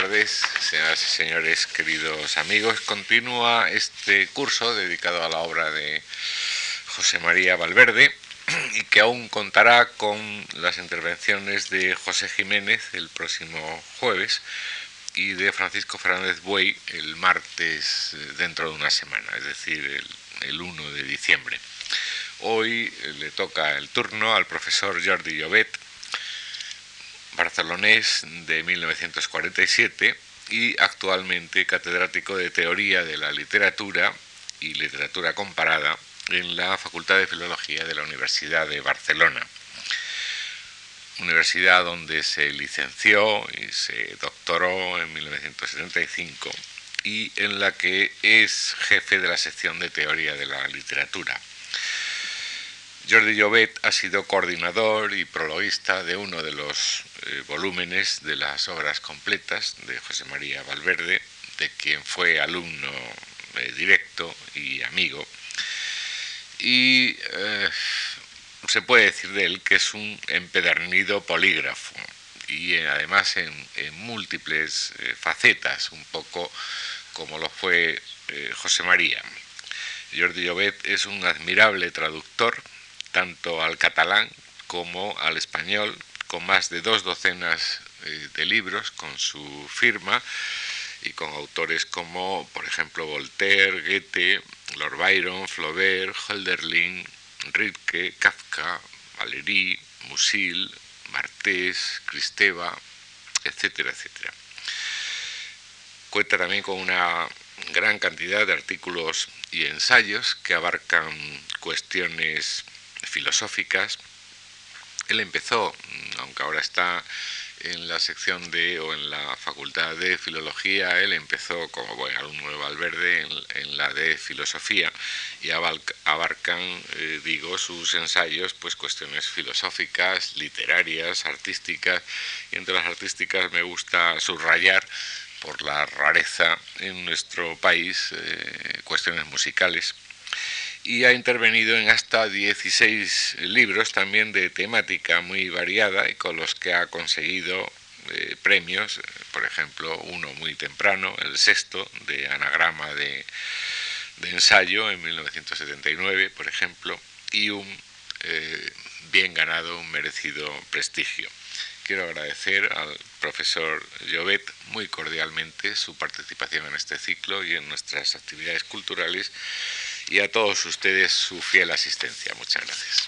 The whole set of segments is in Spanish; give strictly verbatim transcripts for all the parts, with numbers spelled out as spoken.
tardes, señoras y señores, queridos amigos. Continúa este curso dedicado a la obra de José María Valverde y que aún contará con las intervenciones de José Jiménez el próximo jueves y de Francisco Fernández Buey el martes dentro de una semana, es decir, el, el uno de diciembre. Hoy le toca el turno al profesor Jordi Llobet, barcelonés de mil novecientos cuarenta y siete y actualmente catedrático de Teoría de la Literatura y Literatura Comparada en la Facultad de Filología de la Universidad de Barcelona, universidad donde se licenció y se doctoró en mil novecientos setenta y cinco y en la que es jefe de la sección de Teoría de la Literatura. Jordi Llobet ha sido coordinador y prologuista de uno de los eh, volúmenes de las obras completas de José María Valverde, de quien fue alumno eh, directo y amigo. Y eh, se puede decir de él que es un empedernido polígrafo y eh, además en, en múltiples eh, facetas, un poco como lo fue eh, José María. Jordi Llobet es un admirable traductor, tanto al catalán como al español, con más de dos docenas eh, de libros con su firma y con autores como, por ejemplo, Voltaire, Goethe, Lord Byron, Flaubert, Hölderlin, Rilke, Kafka, Valéry, Musil, Barthes, Kristeva, etcétera, etcétera. Cuenta también con una gran cantidad de artículos y ensayos que abarcan cuestiones filosóficas. Él empezó, aunque ahora está en la sección de o en la facultad de filología, él empezó como buen alumno de Valverde en, en la de filosofía y abarcan, eh, digo, sus ensayos, pues cuestiones filosóficas, literarias, artísticas, y entre las artísticas me gusta subrayar, por la rareza en nuestro país, eh, cuestiones musicales. Y ha intervenido en hasta dieciséis libros también de temática muy variada y con los que ha conseguido eh, premios, por ejemplo, uno muy temprano, el sexto, de anagrama de, de ensayo en mil novecientos setenta y nueve, por ejemplo, y un eh, bien ganado, un merecido prestigio. Quiero agradecer al profesor Llobet muy cordialmente su participación en este ciclo y en nuestras actividades culturales, y a todos ustedes su fiel asistencia. Muchas gracias.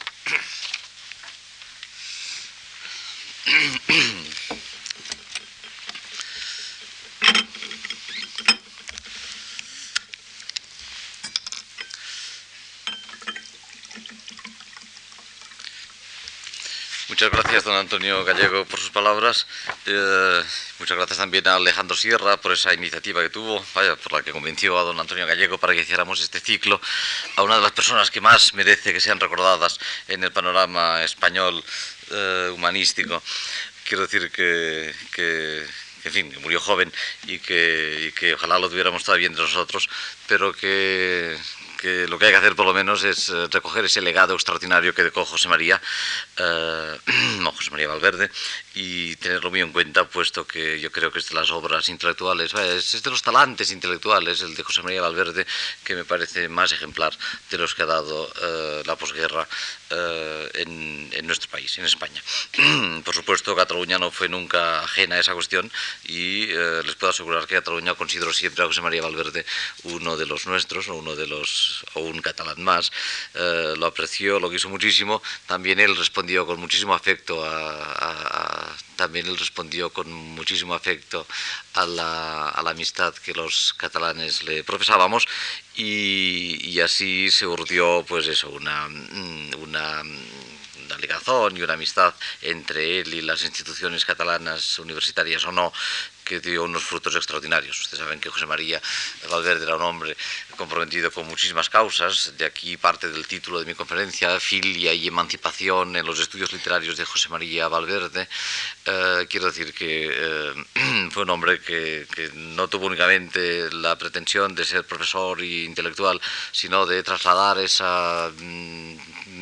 Muchas gracias, don Antonio Gallego, por sus palabras. Eh, muchas gracias también a Alejandro Sierra por esa iniciativa que tuvo, vaya, por la que convenció a don Antonio Gallego para que hiciéramos este ciclo, a una de las personas que más merece que sean recordadas en el panorama español eh, humanístico. Quiero decir que, que, que, en fin, que murió joven y que, y que ojalá lo tuviéramos todavía entre nosotros, pero que... que lo que hay que hacer por lo menos es eh, recoger ese legado extraordinario que dejó José María, eh, no, José María Valverde, y tenerlo muy en cuenta, puesto que yo creo que es de las obras intelectuales, es, es de los talantes intelectuales, el de José María Valverde, que me parece más ejemplar de los que ha dado eh, la posguerra eh, en, en nuestro país, en España. Por supuesto, Cataluña no fue nunca ajena a esa cuestión y eh, les puedo asegurar que Cataluña consideró siempre a José María Valverde uno de los nuestros, o uno de los o un catalán más, eh, lo apreció, lo quiso muchísimo. También él respondió con muchísimo afecto a, a, a también él respondió con muchísimo afecto a la, a la amistad que los catalanes le profesábamos, y, y así se urdió pues eso, una, una una ligazón y una amistad entre él y las instituciones catalanas, universitarias o no, que dio unos frutos extraordinarios. Ustedes saben que José María Valverde era un hombre comprometido con muchísimas causas, de aquí parte del título de mi conferencia, Filia y Emancipación en los estudios literarios de José María Valverde. Eh, quiero decir que eh, fue un hombre que, que no tuvo únicamente la pretensión de ser profesor e intelectual, sino de trasladar esa... Mmm,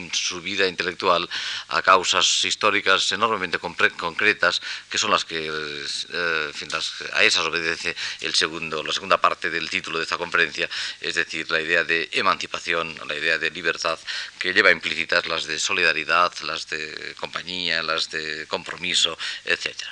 en su vida intelectual a causas históricas enormemente concretas, que son las que, eh, en fin, las, a esas obedece el segundo, la segunda parte del título de esta conferencia, es decir, la idea de emancipación, la idea de libertad, que lleva implícitas las de solidaridad, las de compañía, las de compromiso, etcétera.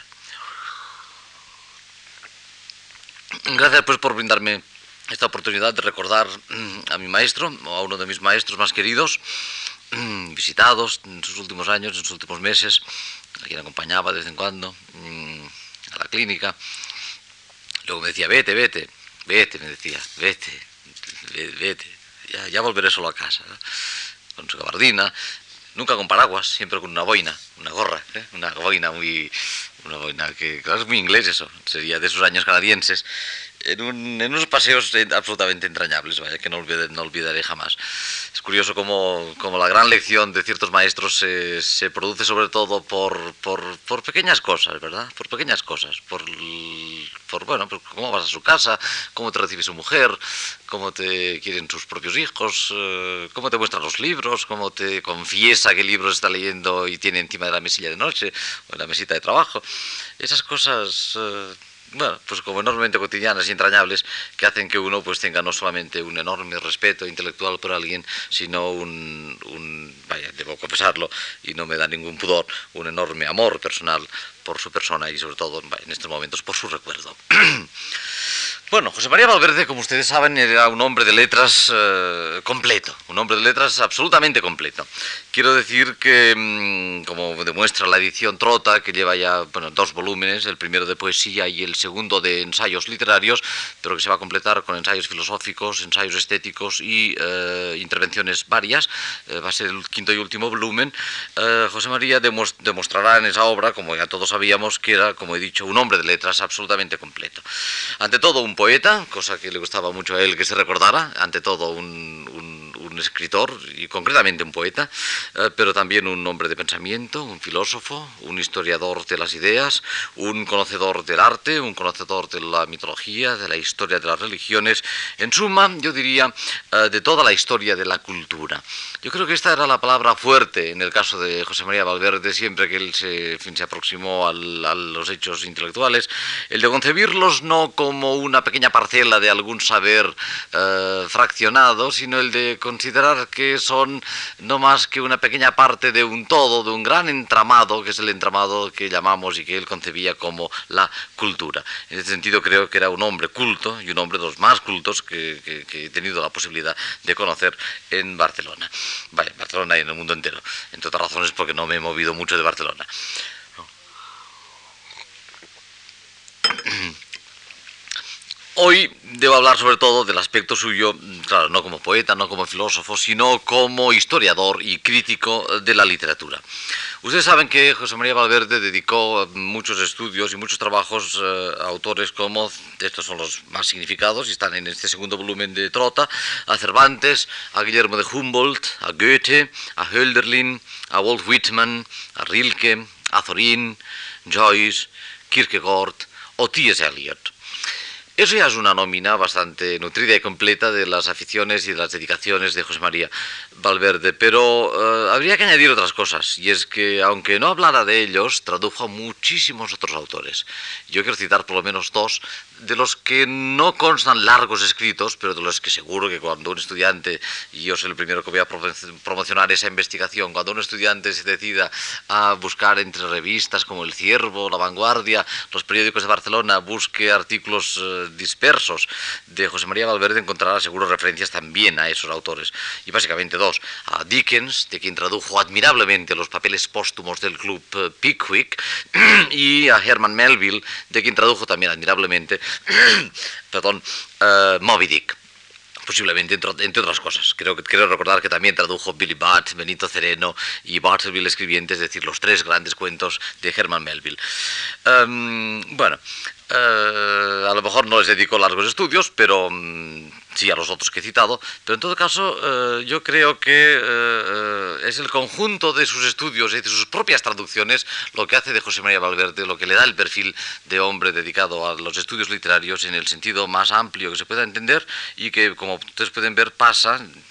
Gracias pues por brindarme esta oportunidad de recordar a mi maestro, o a uno de mis maestros más queridos, visitados en sus últimos años, en sus últimos meses, a quien acompañaba de vez en cuando a la clínica. Luego me decía, vete, vete, vete, me decía, vete, vete, ya, ya volveré solo a casa, ¿no? Con su gabardina, nunca con paraguas, siempre con una boina, una gorra, ¿eh? Una boina muy... Una boina que, claro, es muy inglés eso, sería de esos años canadienses, en, un, en unos paseos absolutamente entrañables, vaya, que no, olvidé, no olvidaré jamás. Es curioso cómo, cómo la gran lección de ciertos maestros se, se produce sobre todo por, por, por pequeñas cosas, ¿verdad? Por pequeñas cosas, por, por bueno, por cómo vas a su casa, cómo te recibe su mujer, cómo te quieren sus propios hijos, eh, cómo te muestran los libros, cómo te confiesa qué libros está leyendo y tiene encima de la mesilla de noche o en la mesita de trabajo. Esas cosas, eh, bueno, pues como enormemente cotidianas y entrañables, que hacen que uno pues tenga no solamente un enorme respeto intelectual por alguien, sino un, un, vaya, debo confesarlo, y no me da ningún pudor, un enorme amor personal por su persona y sobre todo, vaya, en estos momentos, por su recuerdo. Bueno, José María Valverde, como ustedes saben, era un hombre de letras eh, completo, un hombre de letras absolutamente completo. Quiero decir que, mmm, como demuestra la edición Trota, que lleva ya bueno, dos volúmenes, el primero de poesía y el segundo de ensayos literarios, pero que se va a completar con ensayos filosóficos, ensayos estéticos y eh, intervenciones varias, eh, va a ser el quinto y último volumen. eh, José María demostrará en esa obra, como ya todos sabíamos, que era, como he dicho, un hombre de letras absolutamente completo. Ante todo, un poeta, cosa que le gustaba mucho a él que se recordara, ante todo un, un, un escritor y concretamente un poeta, eh, pero también un hombre de pensamiento, un filósofo, un historiador de las ideas, un conocedor del arte, un conocedor de la mitología, de la historia de las religiones, en suma, yo diría, eh, de toda la historia de la cultura. Yo creo que esta era la palabra fuerte en el caso de José María Valverde, siempre que él se, en fin, se aproximó al, a los hechos intelectuales, el de concebirlos no como una pequeña parcela de algún saber eh, fraccionado, sino el de considerar que son no más que una pequeña parte de un todo, de un gran entramado, que es el entramado que llamamos y que él concebía como la cultura. En ese sentido creo que era un hombre culto y un hombre de los más cultos que, que, que he tenido la posibilidad de conocer en Barcelona. Vaya, en Barcelona y en el mundo entero, entre otras razones porque no me he movido mucho de Barcelona. Hoy debo hablar sobre todo del aspecto suyo, claro, no como poeta, no como filósofo, sino como historiador y crítico de la literatura. Ustedes saben que José María Valverde dedicó muchos estudios y muchos trabajos eh, a autores como, estos son los más significados y están en este segundo volumen de Trota, a Cervantes, a Guillermo de Humboldt, a Goethe, a Hölderlin, a Walt Whitman, a Rilke, a Thorin, Joyce, Kierkegaard o T S Eliot. Eso ya es una nómina bastante nutrida y completa de las aficiones y de las dedicaciones de José María Valverde, pero eh, habría que añadir otras cosas, y es que, aunque no hablara de ellos, tradujo a muchísimos otros autores. Yo quiero citar por lo menos dos, de los que no constan largos escritos, pero de los que seguro que cuando un estudiante, y yo soy el primero que voy a promocionar esa investigación, cuando un estudiante se decida a buscar entre revistas como El Ciervo, La Vanguardia, los periódicos de Barcelona, busque artículos eh, dispersos de José María Valverde, encontrará seguro referencias también a esos autores, y básicamente dos: a Dickens, de quien tradujo admirablemente los papeles póstumos del club Pickwick, y a Herman Melville, de quien tradujo también admirablemente perdón, uh, Moby Dick, posiblemente entre, entre otras cosas. Creo que quiero recordar que también tradujo Billy Budd, Benito Cereno y Bartleby el Escribiente, es decir, los tres grandes cuentos de Herman Melville. Um, bueno, uh, a lo mejor no les dedico largos estudios, pero um, sí a los otros que he citado, pero en todo caso uh, yo creo que uh, es el conjunto de sus estudios y de sus propias traducciones lo que hace de José María Valverde, lo que le da el perfil de hombre dedicado a los estudios literarios en el sentido más amplio que se pueda entender, y que, como ustedes pueden ver, pasa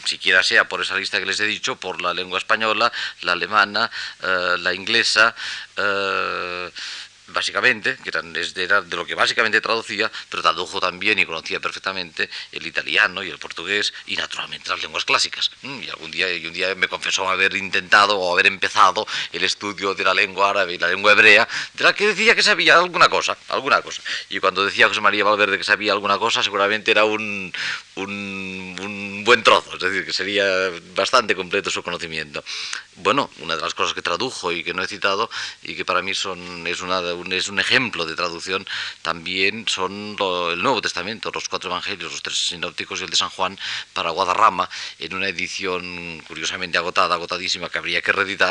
siquiera sea por esa lista que les he dicho, por la lengua española, la alemana, eh, la inglesa, eh, básicamente, que eran, era de lo que básicamente traducía, pero tradujo también y conocía perfectamente el italiano y el portugués y naturalmente las lenguas clásicas. Y algún día, y un día me confesó haber intentado o haber empezado el estudio de la lengua árabe y la lengua hebrea, de la que decía que sabía alguna cosa, alguna cosa. Y cuando decía José María Valverde que sabía alguna cosa, seguramente era un, un, un buen trozo, es decir, que sería bastante completo su conocimiento. Bueno, una de las cosas que tradujo y que no he citado y que para mí son, es, una, un, es un ejemplo de traducción también son lo, el Nuevo Testamento, los cuatro evangelios, los tres sinópticos y el de San Juan para Guadarrama, en una edición curiosamente agotada, agotadísima, que habría que reeditar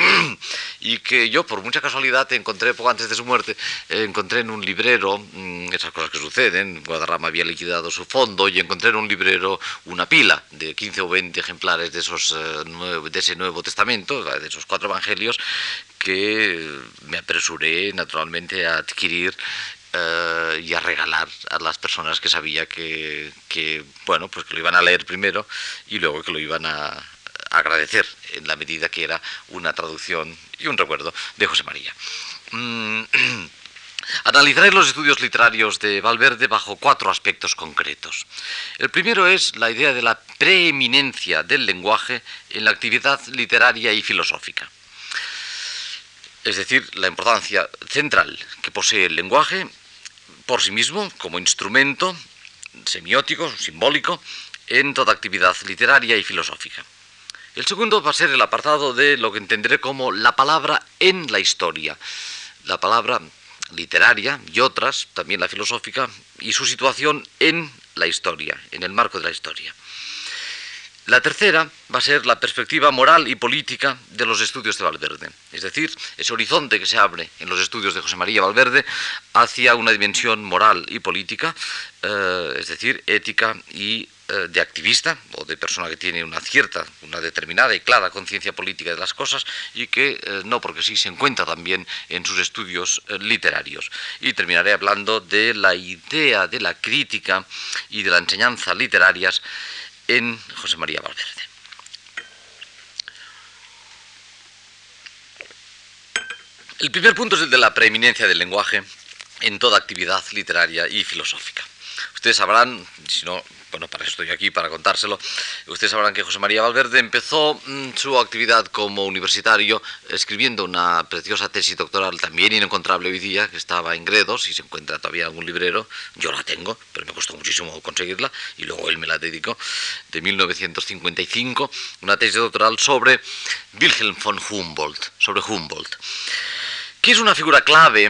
y que yo por mucha casualidad encontré poco antes de su muerte, eh, encontré en un librero, esas cosas que suceden, Guadarrama había liquidado su fondo y encontré en un librero una pila de quince o veinte ejemplares de, esos, eh, nueve, de ese Nuevo Testamento, de esos cuatro evangelios, que me apresuré naturalmente a adquirir eh, y a regalar a las personas que sabía que, que, bueno, pues que lo iban a leer primero y luego que lo iban a, a agradecer en la medida que era una traducción y un recuerdo de José María. Mm. Analizaré los estudios literarios de Valverde bajo cuatro aspectos concretos. El primero es la idea de la preeminencia del lenguaje en la actividad literaria y filosófica. Es decir, la importancia central que posee el lenguaje por sí mismo como instrumento semiótico, simbólico, en toda actividad literaria y filosófica. El segundo va a ser el apartado de lo que entenderé como la palabra en la historia. La palabra literaria y otras, también la filosófica, y su situación en la historia, en el marco de la historia. La tercera va a ser la perspectiva moral y política de los estudios de Valverde, es decir, ese horizonte que se abre en los estudios de José María Valverde hacia una dimensión moral y política, eh, es decir, ética y eh, de activista o de persona que tiene una cierta, una determinada y clara conciencia política de las cosas y que eh, no porque sí se encuentra también en sus estudios eh, literarios. Y terminaré hablando de la idea de la crítica y de la enseñanza literarias en José María Valverde. El primer punto es el de la preeminencia del lenguaje en toda actividad literaria y filosófica. Ustedes sabrán, si no, bueno, para eso estoy aquí, para contárselo, ustedes sabrán que José María Valverde empezó mmm, su actividad como universitario escribiendo una preciosa tesis doctoral también inencontrable hoy día, que estaba en Gredos y se encuentra todavía en algún librero. Yo la tengo, pero me costó muchísimo conseguirla y luego él me la dedicó, de mil novecientos cincuenta y cinco, una tesis doctoral sobre Wilhelm von Humboldt, sobre Humboldt, que es una figura clave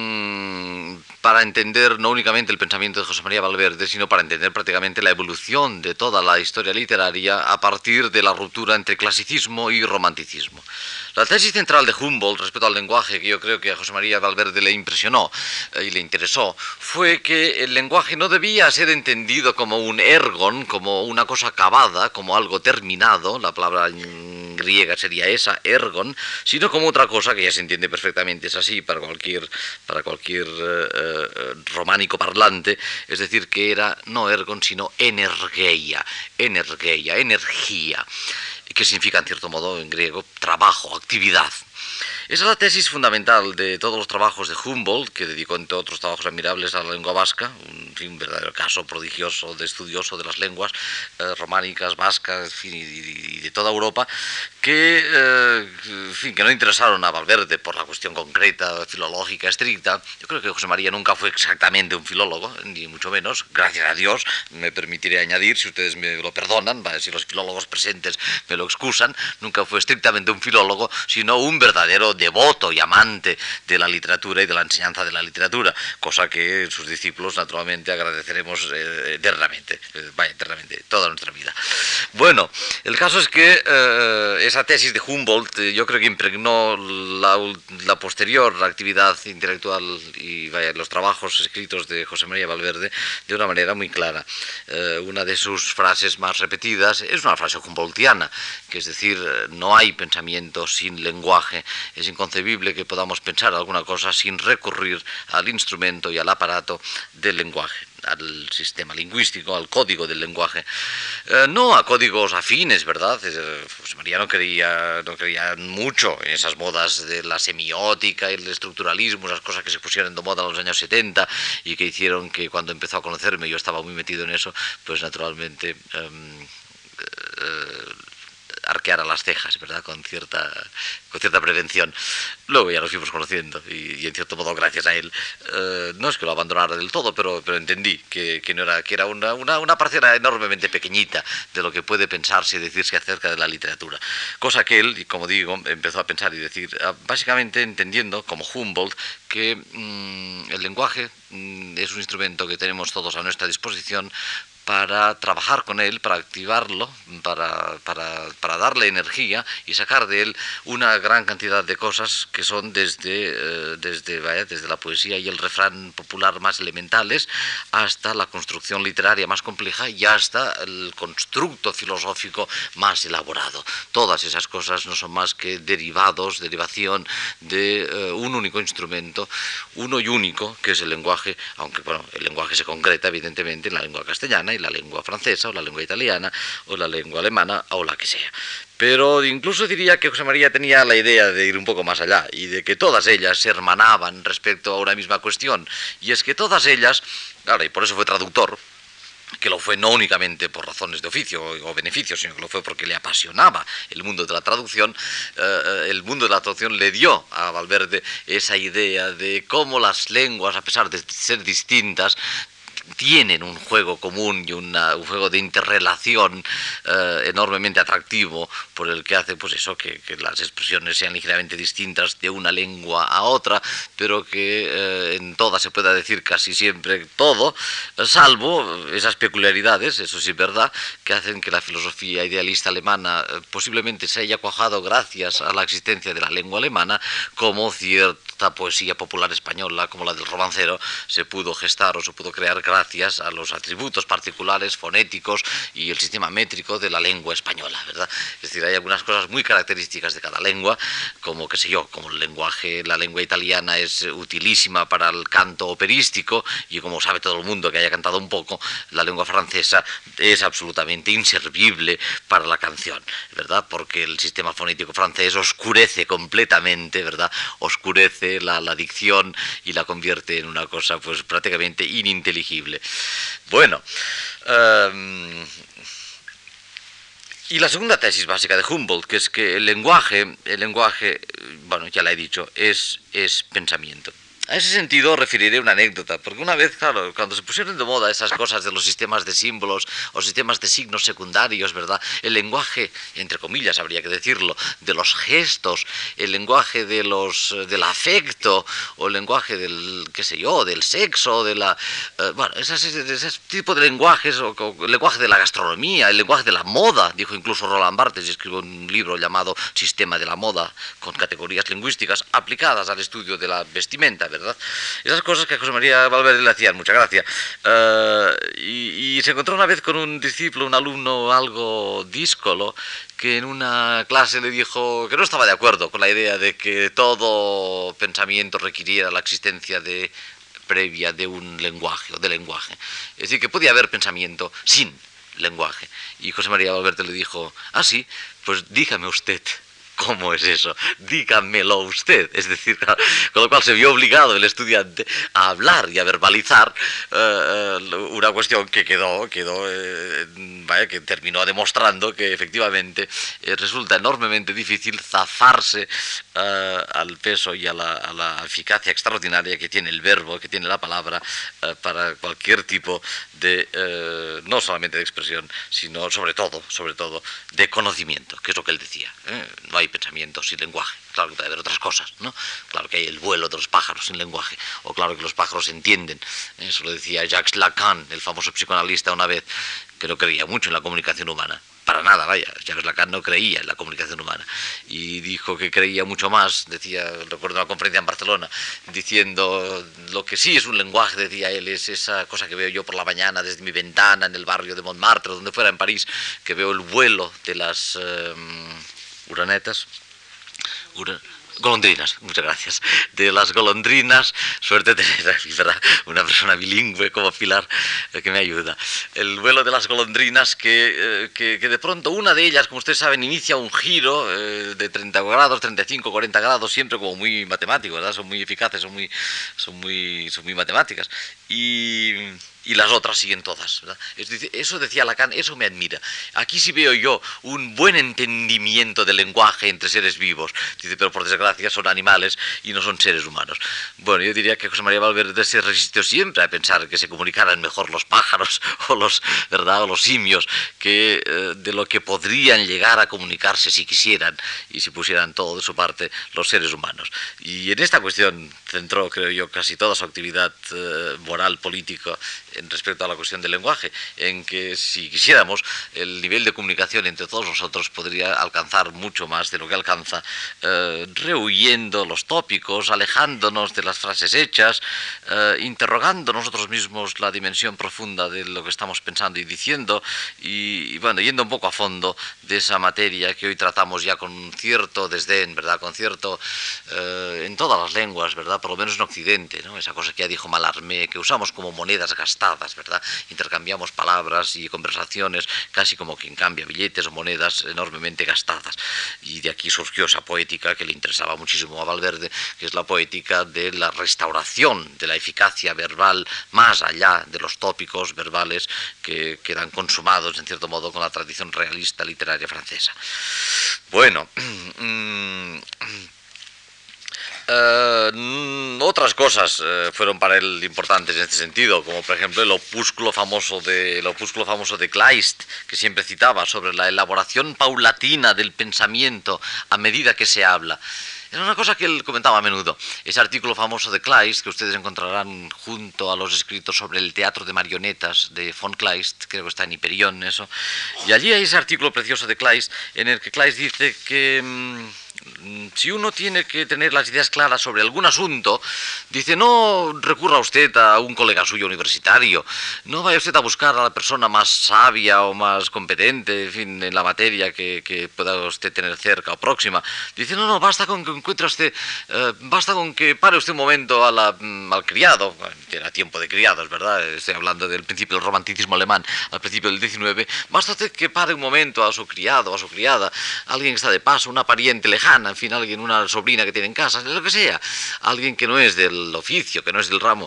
mmm, para entender no únicamente el pensamiento de José María Valverde, sino para entender prácticamente la evolución de toda la historia literaria a partir de la ruptura entre clasicismo y romanticismo. La tesis central de Humboldt respecto al lenguaje, que yo creo que a José María Valverde le impresionó eh, y le interesó, fue que el lenguaje no debía ser entendido como un ergon, como una cosa acabada, como algo terminado, la palabra griega sería esa, ergon, sino como otra cosa que ya se entiende perfectamente, es así para cualquier, para cualquier eh, eh, románico parlante, es decir, que era no ergon, sino energeia, energeia, energía, que significa en cierto modo en griego trabajo, actividad. Esa es la tesis fundamental de todos los trabajos de Humboldt, que dedicó entre otros trabajos admirables a la lengua vasca, un, un verdadero caso prodigioso de estudioso de las lenguas eh, románicas, vascas, en fin, y, y de toda Europa, que, eh, en fin, que no interesaron a Valverde por la cuestión concreta, filológica, estricta. Yo creo que José María nunca fue exactamente un filólogo, ni mucho menos, gracias a Dios, me permitiré añadir, si ustedes me lo perdonan, si los filólogos presentes me lo excusan, nunca fue estrictamente un filólogo, sino un verdadero devoto y amante de la literatura y de la enseñanza de la literatura, cosa que sus discípulos naturalmente agradeceremos eh, eternamente, eh, vaya, eternamente, toda nuestra vida. Bueno, el caso es que eh, esa tesis de Humboldt eh, yo creo que impregnó la, la posterior actividad intelectual y vaya, los trabajos escritos de José María Valverde de una manera muy clara. Eh, una de sus frases más repetidas es una frase humboldtiana, que es decir, no hay pensamiento sin lenguaje. Es inconcebible que podamos pensar alguna cosa sin recurrir al instrumento y al aparato del lenguaje. al sistema lingüístico, al código del lenguaje, eh, no a códigos afines, ¿verdad? Eh, José María no creía, no creía mucho en esas modas de la semiótica y el estructuralismo, esas cosas que se pusieron de moda en los años setenta y que hicieron que cuando empezó a conocerme, yo estaba muy metido en eso, pues naturalmente eh, eh, arqueara las cejas, ¿verdad? Con cierta, con cierta prevención. Luego ya nos fuimos conociendo y, y en cierto modo gracias a él, eh, no es que lo abandonara del todo, pero, pero entendí que, que, no era, que era una, una, una parcela enormemente pequeñita de lo que puede pensarse y decirse acerca de la literatura. Cosa que él, como digo, empezó a pensar y decir, básicamente entendiendo, como Humboldt, que mmm, el lenguaje mmm, es un instrumento que tenemos todos a nuestra disposición para trabajar con él, para activarlo, para, para, para darle energía y sacar de él una gran cantidad de cosas que son desde, eh, desde, vaya, desde la poesía y el refrán popular más elementales hasta la construcción literaria más compleja y hasta el constructo filosófico más elaborado. Todas esas cosas no son más que derivados, derivación de eh, un único instrumento, uno y único, que es el lenguaje, aunque bueno, el lenguaje se concreta evidentemente en la lengua castellana y la lengua francesa o la lengua italiana o la lengua alemana o la que sea. Pero incluso diría que José María tenía la idea de ir un poco más allá y de que todas ellas se hermanaban respecto a una misma cuestión. Y es que todas ellas, claro, y por eso fue traductor, que lo fue no únicamente por razones de oficio o beneficio, sino que lo fue porque le apasionaba el mundo de la traducción. Eh, el mundo de la traducción le dio a Valverde esa idea de cómo las lenguas, a pesar de ser distintas, tienen un juego común y una, un juego de interrelación eh, enormemente atractivo, por el que hace pues eso, que, que las expresiones sean ligeramente distintas de una lengua a otra, pero que eh, en todas se pueda decir casi siempre todo, salvo esas peculiaridades, eso sí es verdad, que hacen que la filosofía idealista alemana eh, posiblemente se haya cuajado gracias a la existencia de la lengua alemana, como cierta poesía popular española, como la del romancero, se pudo gestar o se pudo crear gracias a los atributos particulares fonéticos y el sistema métrico de la lengua española, ¿verdad? Es decir, hay algunas cosas muy características de cada lengua, como, qué sé yo, como el lenguaje, la lengua italiana es utilísima para el canto operístico, y como sabe todo el mundo que haya cantado un poco, la lengua francesa es absolutamente inservible para la canción, ¿verdad? Porque el sistema fonético francés oscurece completamente, ¿verdad? Oscurece la, la dicción y la convierte en una cosa pues prácticamente ininteligible. Bueno, um, y la segunda tesis básica de Humboldt, que es que el lenguaje, el lenguaje, bueno, ya la he dicho, es, es pensamiento. A ese sentido referiré una anécdota, porque una vez, claro, cuando se pusieron de moda esas cosas de los sistemas de símbolos o sistemas de signos secundarios, ¿verdad? El lenguaje, entre comillas habría que decirlo, de los gestos, el lenguaje de los, del afecto, o el lenguaje del, qué sé yo, del sexo, de la... Eh, bueno, esas, ese tipo de lenguajes, o, o el lenguaje de la gastronomía, el lenguaje de la moda, dijo incluso Roland Barthes, y escribió un libro llamado Sistema de la Moda, con categorías lingüísticas aplicadas al estudio de la vestimenta, ¿verdad? Esas cosas que a José María Valverde le hacían mucha gracia. Uh, y, y se encontró una vez con un discípulo, un alumno algo díscolo, que en una clase le dijo que no estaba de acuerdo con la idea de que todo pensamiento requiriera la existencia de previa de un lenguaje o de lenguaje. Es decir, que podía haber pensamiento sin lenguaje. Y José María Valverde le dijo, ah, sí, pues dígame usted. ¿Cómo es eso? Dígamelo usted. Es decir, con lo cual se vio obligado el estudiante a hablar y a verbalizar uh, una cuestión que quedó, quedó eh, vaya, que terminó demostrando que efectivamente eh, resulta enormemente difícil zafarse uh, al peso y a la, a la eficacia extraordinaria que tiene el verbo, que tiene la palabra, uh, para cualquier tipo de, uh, no solamente de expresión, sino sobre todo, sobre todo, de conocimiento, que es lo que él decía. ¿eh? No hay pensamiento sin lenguaje. Claro que puede haber otras cosas, ¿no? Claro que hay el vuelo de los pájaros sin lenguaje, o claro que los pájaros entienden. Eso lo decía Jacques Lacan, el famoso psicoanalista, una vez, que no creía mucho en la comunicación humana. Para nada, vaya, Jacques Lacan no creía en la comunicación humana. Y dijo que creía mucho más, decía, recuerdo una conferencia en Barcelona, diciendo, lo que sí es un lenguaje, decía él, es esa cosa que veo yo por la mañana desde mi ventana en el barrio de Montmartre, donde fuera en París, que veo el vuelo de las... Eh, uranetas, ura, golondrinas, muchas gracias. De las golondrinas, suerte tener aquí, ¿verdad?, una persona bilingüe como Pilar eh, que me ayuda. El vuelo de las golondrinas, que, eh, que, que de pronto una de ellas, como ustedes saben, inicia un giro eh, de treinta grados, treinta y cinco, cuarenta grados, siempre como muy matemático, ¿verdad? Son muy eficaces, son muy, son muy, son muy matemáticas. Y... y las otras siguen todas, ¿verdad? Es decir, eso decía Lacan, eso me admira. Aquí sí veo yo un buen entendimiento del lenguaje entre seres vivos. Dice, pero por desgracia son animales y no son seres humanos. Bueno, yo diría que José María Valverde se resistió siempre a pensar que se comunicaran mejor los pájaros o los, ¿verdad?, o los simios que eh, de lo que podrían llegar a comunicarse si quisieran y si pusieran todo de su parte los seres humanos. Y en esta cuestión centró, creo yo, casi toda su actividad eh, moral, política, en respecto a la cuestión del lenguaje, en que si quisiéramos el nivel de comunicación entre todos nosotros podría alcanzar mucho más de lo que alcanza, eh, rehuyendo los tópicos, alejándonos de las frases hechas, eh, interrogando nosotros mismos la dimensión profunda de lo que estamos pensando y diciendo, y, y bueno, yendo un poco a fondo de esa materia que hoy tratamos ya con cierto desdén, ¿verdad?, con cierto, eh, en todas las lenguas, ¿verdad?, por lo menos en Occidente, ¿no?, esa cosa que ya dijo Mallarmé, que usamos como monedas gastadas, ¿verdad? Intercambiamos palabras y conversaciones casi como quien cambia billetes o monedas enormemente gastadas. Y de aquí surgió esa poética que le interesaba muchísimo a Valverde, que es la poética de la restauración de la eficacia verbal más allá de los tópicos verbales que quedan consumados, en cierto modo, con la tradición realista literaria francesa. Bueno, Uh, otras cosas uh, fueron para él importantes en este sentido, como por ejemplo el opúsculo famoso de el opúsculo famoso de Kleist, que siempre citaba, sobre la elaboración paulatina del pensamiento a medida que se habla. Era una cosa que él comentaba a menudo. Ese artículo famoso de Kleist, que ustedes encontrarán junto a los escritos sobre el teatro de marionetas de von Kleist, creo que está en Hiperión, eso. Y allí hay ese artículo precioso de Kleist, en el que Kleist dice que mmm, si uno tiene que tener las ideas claras sobre algún asunto, dice, no recurra usted a un colega suyo universitario, no vaya usted a buscar a la persona más sabia o más competente, en fin, en la materia que, que pueda usted tener cerca o próxima. Dice, no, no, basta con que encuentre usted, eh, basta con que pare usted un momento a la, al criado, era tiempo de criados, ¿verdad? Estoy hablando del principio del romanticismo alemán, al principio del diecinueve, basta usted que pare un momento a su criado, a su criada, alguien que está de paso, una pariente lejana, en fin, alguien, una sobrina que tiene en casa, lo que sea, alguien que no es del oficio, que no es del ramo,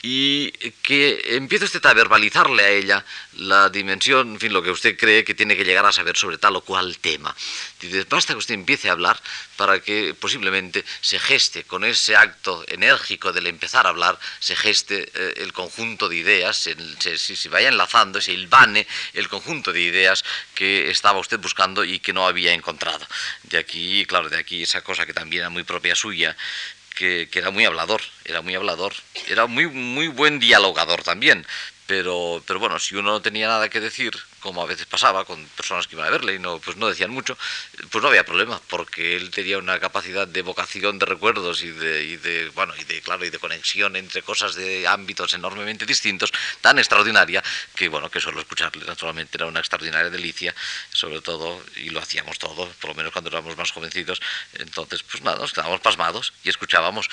y que empiece usted a verbalizarle a ella la dimensión, en fin, lo que usted cree que tiene que llegar a saber sobre tal o cual tema. Dice, basta que usted empiece a hablar para que posiblemente se geste, con ese acto enérgico del empezar a hablar, se geste eh, el conjunto de ideas, se, se, se vaya enlazando, se hilvane el conjunto de ideas que estaba usted buscando y que no había encontrado. De aquí, claro, de aquí esa cosa que también era muy propia suya, que, que era muy hablador, era muy hablador, era muy, muy buen dialogador también. Pero, pero bueno, si uno no tenía nada que decir, como a veces pasaba con personas que iban a verle y no, pues no decían mucho, pues no había problema, porque él tenía una capacidad de evocación de recuerdos y de, y de bueno, y de, claro, y de conexión entre cosas de ámbitos enormemente distintos, tan extraordinaria, que bueno, que solo escucharle naturalmente era una extraordinaria delicia, sobre todo, y lo hacíamos todos, por lo menos cuando éramos más jovencitos. Entonces, pues nada, nos quedábamos pasmados y escuchábamos.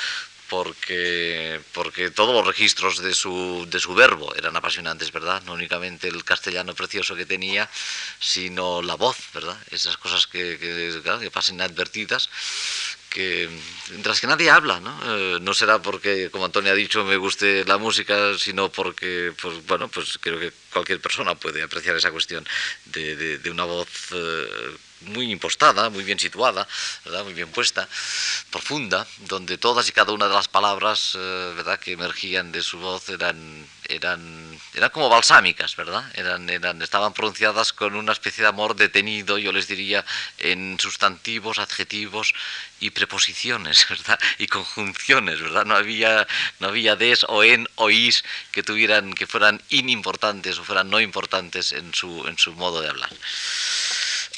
Porque, porque todos los registros de su, de su verbo eran apasionantes, ¿verdad? No únicamente el castellano precioso que tenía, sino la voz, ¿verdad? Esas cosas que, que, claro, que pasan inadvertidas, que, entre las que nadie habla, ¿no? Eh, no será porque, como Antonio ha dicho, me guste la música, sino porque, pues bueno, pues creo que cualquier persona puede apreciar esa cuestión de, de, de una voz eh, muy impostada, muy bien situada, ¿verdad?, muy bien puesta, profunda, donde todas y cada una de las palabras, eh, ¿verdad?, que emergían de su voz eran, eran, eran como balsámicas, ¿verdad? Eran, eran, estaban pronunciadas con una especie de amor detenido, yo les diría, en sustantivos, adjetivos y preposiciones, ¿verdad?, y conjunciones, ¿verdad? No había, no había des o en o is que tuvieran, que fueran inimportantes o fueran no importantes en su, en su modo de hablar.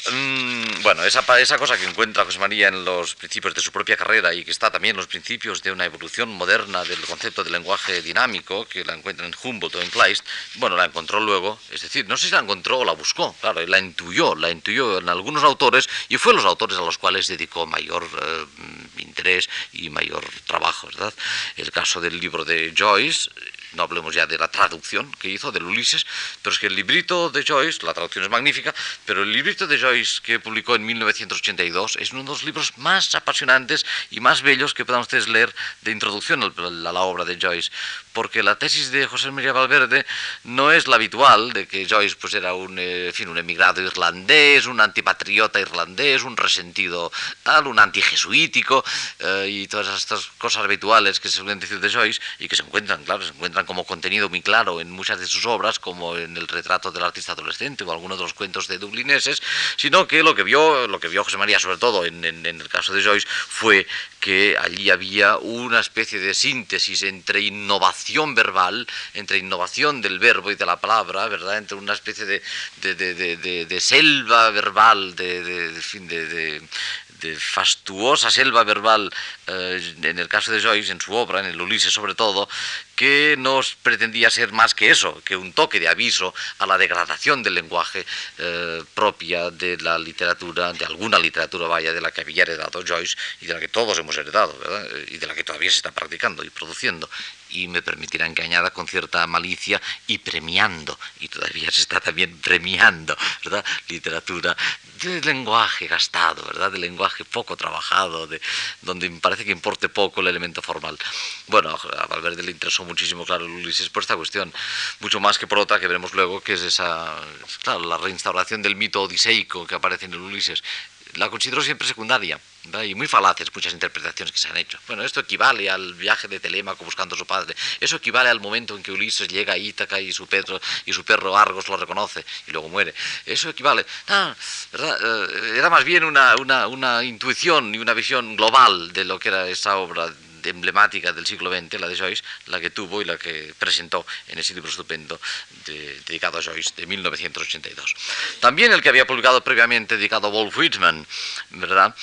Mm, bueno, esa, esa cosa que encuentra José María en los principios de su propia carrera y que está también en los principios de una evolución moderna del concepto del lenguaje dinámico, que la encuentra en Humboldt o en Kleist, bueno, la encontró luego, es decir, no sé si la encontró o la buscó, claro, la intuyó, la intuyó en algunos autores y fue los autores a los cuales dedicó mayor eh, interés y mayor trabajo, ¿verdad? El caso del libro de Joyce, no hablemos ya de la traducción que hizo del Ulises, pero es que el librito de Joyce, la traducción es magnífica, pero el librito de Joyce que publicó en mil novecientos ochenta y dos es uno de los libros más apasionantes y más bellos que puedan ustedes leer de introducción a la obra de Joyce, porque la tesis de José María Valverde no es la habitual, de que Joyce pues era un, eh, en fin, un emigrado irlandés, un antipatriota irlandés, un resentido tal, un antijesuítico, eh, y todas estas cosas habituales que se suelen decir de Joyce y que se encuentran, claro, se encuentran como contenido muy claro en muchas de sus obras, como en el retrato del artista adolescente o algunos de los cuentos de dublineses, sino que lo que vio, lo que vio José María, sobre todo en, en, en el caso de Joyce, fue que allí había una especie de síntesis entre innovación verbal, entre innovación del verbo y de la palabra, ¿verdad? Entre una especie de, de, de, de, de, de selva verbal, de, de, de, fin, de, de de fastuosa selva verbal, eh, en el caso de Joyce, en su obra, en el Ulises sobre todo, que no pretendía ser más que eso, que un toque de aviso a la degradación del lenguaje eh, propia de la literatura, de alguna literatura, vaya, de la que había heredado Joyce y de la que todos hemos heredado, ¿verdad? Y de la que todavía se está practicando y produciendo. Y me permitirán que añada con cierta malicia y premiando, y todavía se está también premiando, ¿verdad? Literatura de lenguaje gastado, ¿verdad? De lenguaje poco trabajado, de, donde me parece que importe poco el elemento formal. Bueno, a Valverde le interesó muchísimo, claro, el Ulises por esta cuestión, mucho más que por otra que veremos luego, que es esa, claro, la reinstauración del mito odiseico que aparece en el Ulises. La considero siempre secundaria, ¿verdad? Y muy falaces muchas interpretaciones que se han hecho. Bueno, esto equivale al viaje de Telémaco buscando a su padre. Eso equivale al momento en que Ulises llega a Ítaca y su perro, y su perro Argos lo reconoce y luego muere. Eso equivale. Ah, ¿verdad? Eh, era más bien una, una, una intuición y una visión global de lo que era esa obra emblemática del siglo veinte, la de Joyce, la que tuvo y la que presentó en ese libro estupendo de, dedicado a Joyce de mil novecientos ochenta y dos. También el que había publicado previamente, dedicado a Walt Whitman, ¿verdad?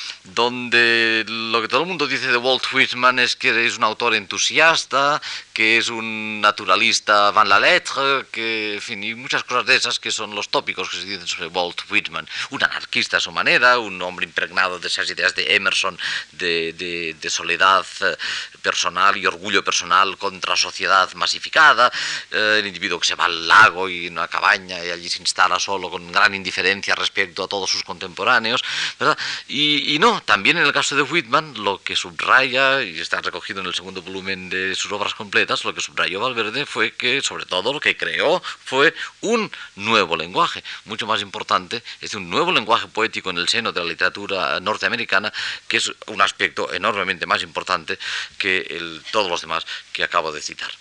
Donde lo que todo el mundo dice de Walt Whitman es que es un autor entusiasta, que es un naturalista van la lettre, que, en fin, y muchas cosas de esas que son los tópicos que se dicen sobre Walt Whitman. Un anarquista a su manera, un hombre impregnado de esas ideas de Emerson, de, de, de soledad personal y orgullo personal contra sociedad masificada, eh, el individuo que se va al lago y en una cabaña y allí se instala solo con gran indiferencia respecto a todos sus contemporáneos, ¿verdad? Y, y no, también en el caso de Whitman, lo que subraya, y está recogido en el segundo volumen de sus obras completas, lo que subrayó Valverde fue que, sobre todo, lo que creó fue un nuevo lenguaje, mucho más importante, es decir, un nuevo lenguaje poético en el seno de la literatura norteamericana, que es un aspecto enormemente más importante que el, todos los demás que acabo de citar.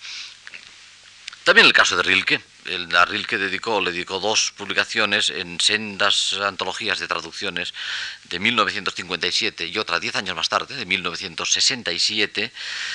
También el caso de Rilke. El, a Rilke dedicó, le dedicó dos publicaciones en sendas antologías de traducciones de mil novecientos cincuenta y siete y otra diez años más tarde, de mil novecientos sesenta y siete,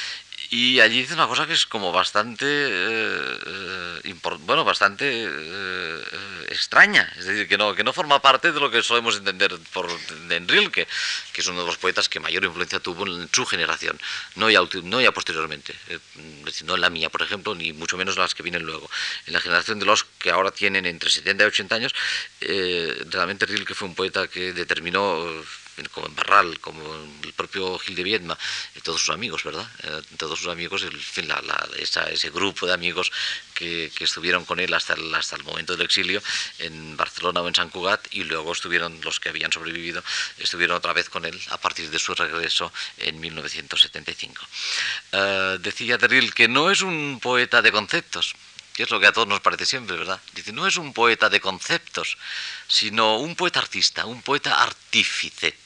y allí dice una cosa que es como bastante, eh, eh, import, bueno, bastante eh, eh, extraña, es decir, que no, que no forma parte de lo que solemos entender por de Rilke, que es uno de los poetas que mayor influencia tuvo en su generación, no ya, no ya posteriormente, eh, no en la mía, por ejemplo, ni mucho menos las que vienen luego. En la generación de los que ahora tienen entre setenta y ochenta años, eh, realmente Rilke fue un poeta que determinó, como en Barral, como el propio Gil de Viedma, y todos sus amigos, ¿verdad? Eh, todos sus amigos, el, en fin, la, la, esa, ese grupo de amigos que, que estuvieron con él hasta el, hasta el momento del exilio en Barcelona o en Sant Cugat, y luego estuvieron, los que habían sobrevivido, estuvieron otra vez con él a partir de su regreso en mil novecientos setenta y cinco. Eh, decía Terril que no es un poeta de conceptos, que es lo que a todos nos parece siempre, ¿verdad? Dice, no es un poeta de conceptos, sino un poeta artista, un poeta artífice.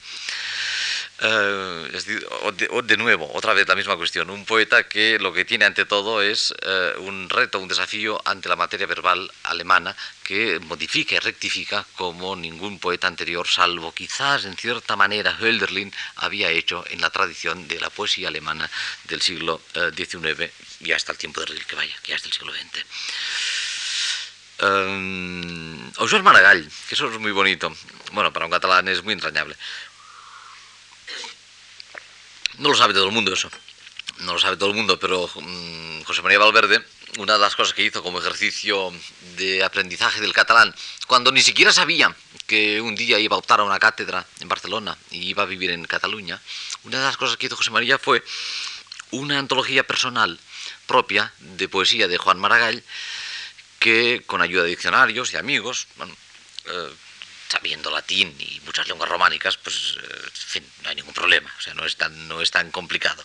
Uh, es decir, de, de nuevo, otra vez la misma cuestión, un poeta que lo que tiene ante todo es uh, un reto, un desafío ante la materia verbal alemana que modifica y rectifica como ningún poeta anterior, salvo quizás en cierta manera Hölderlin había hecho en la tradición de la poesía alemana del siglo diecinueve uh, y hasta el tiempo de Rilke, vaya, que ya es del siglo veinte. Um, o Joan Maragall, que eso es muy bonito. Bueno, para un catalán es muy entrañable. No lo sabe todo el mundo eso. No lo sabe todo el mundo, pero um, José María Valverde, una de las cosas que hizo como ejercicio de aprendizaje del catalán, cuando ni siquiera sabía que un día iba a optar a una cátedra en Barcelona y iba a vivir en Cataluña, una de las cosas que hizo José María fue una antología personal propia de poesía de Joan Maragall, que con ayuda de diccionarios y amigos, bueno, eh, sabiendo latín y muchas lenguas románicas, pues, eh, en fin, no hay ningún problema, o sea, no es tan, no es tan complicado.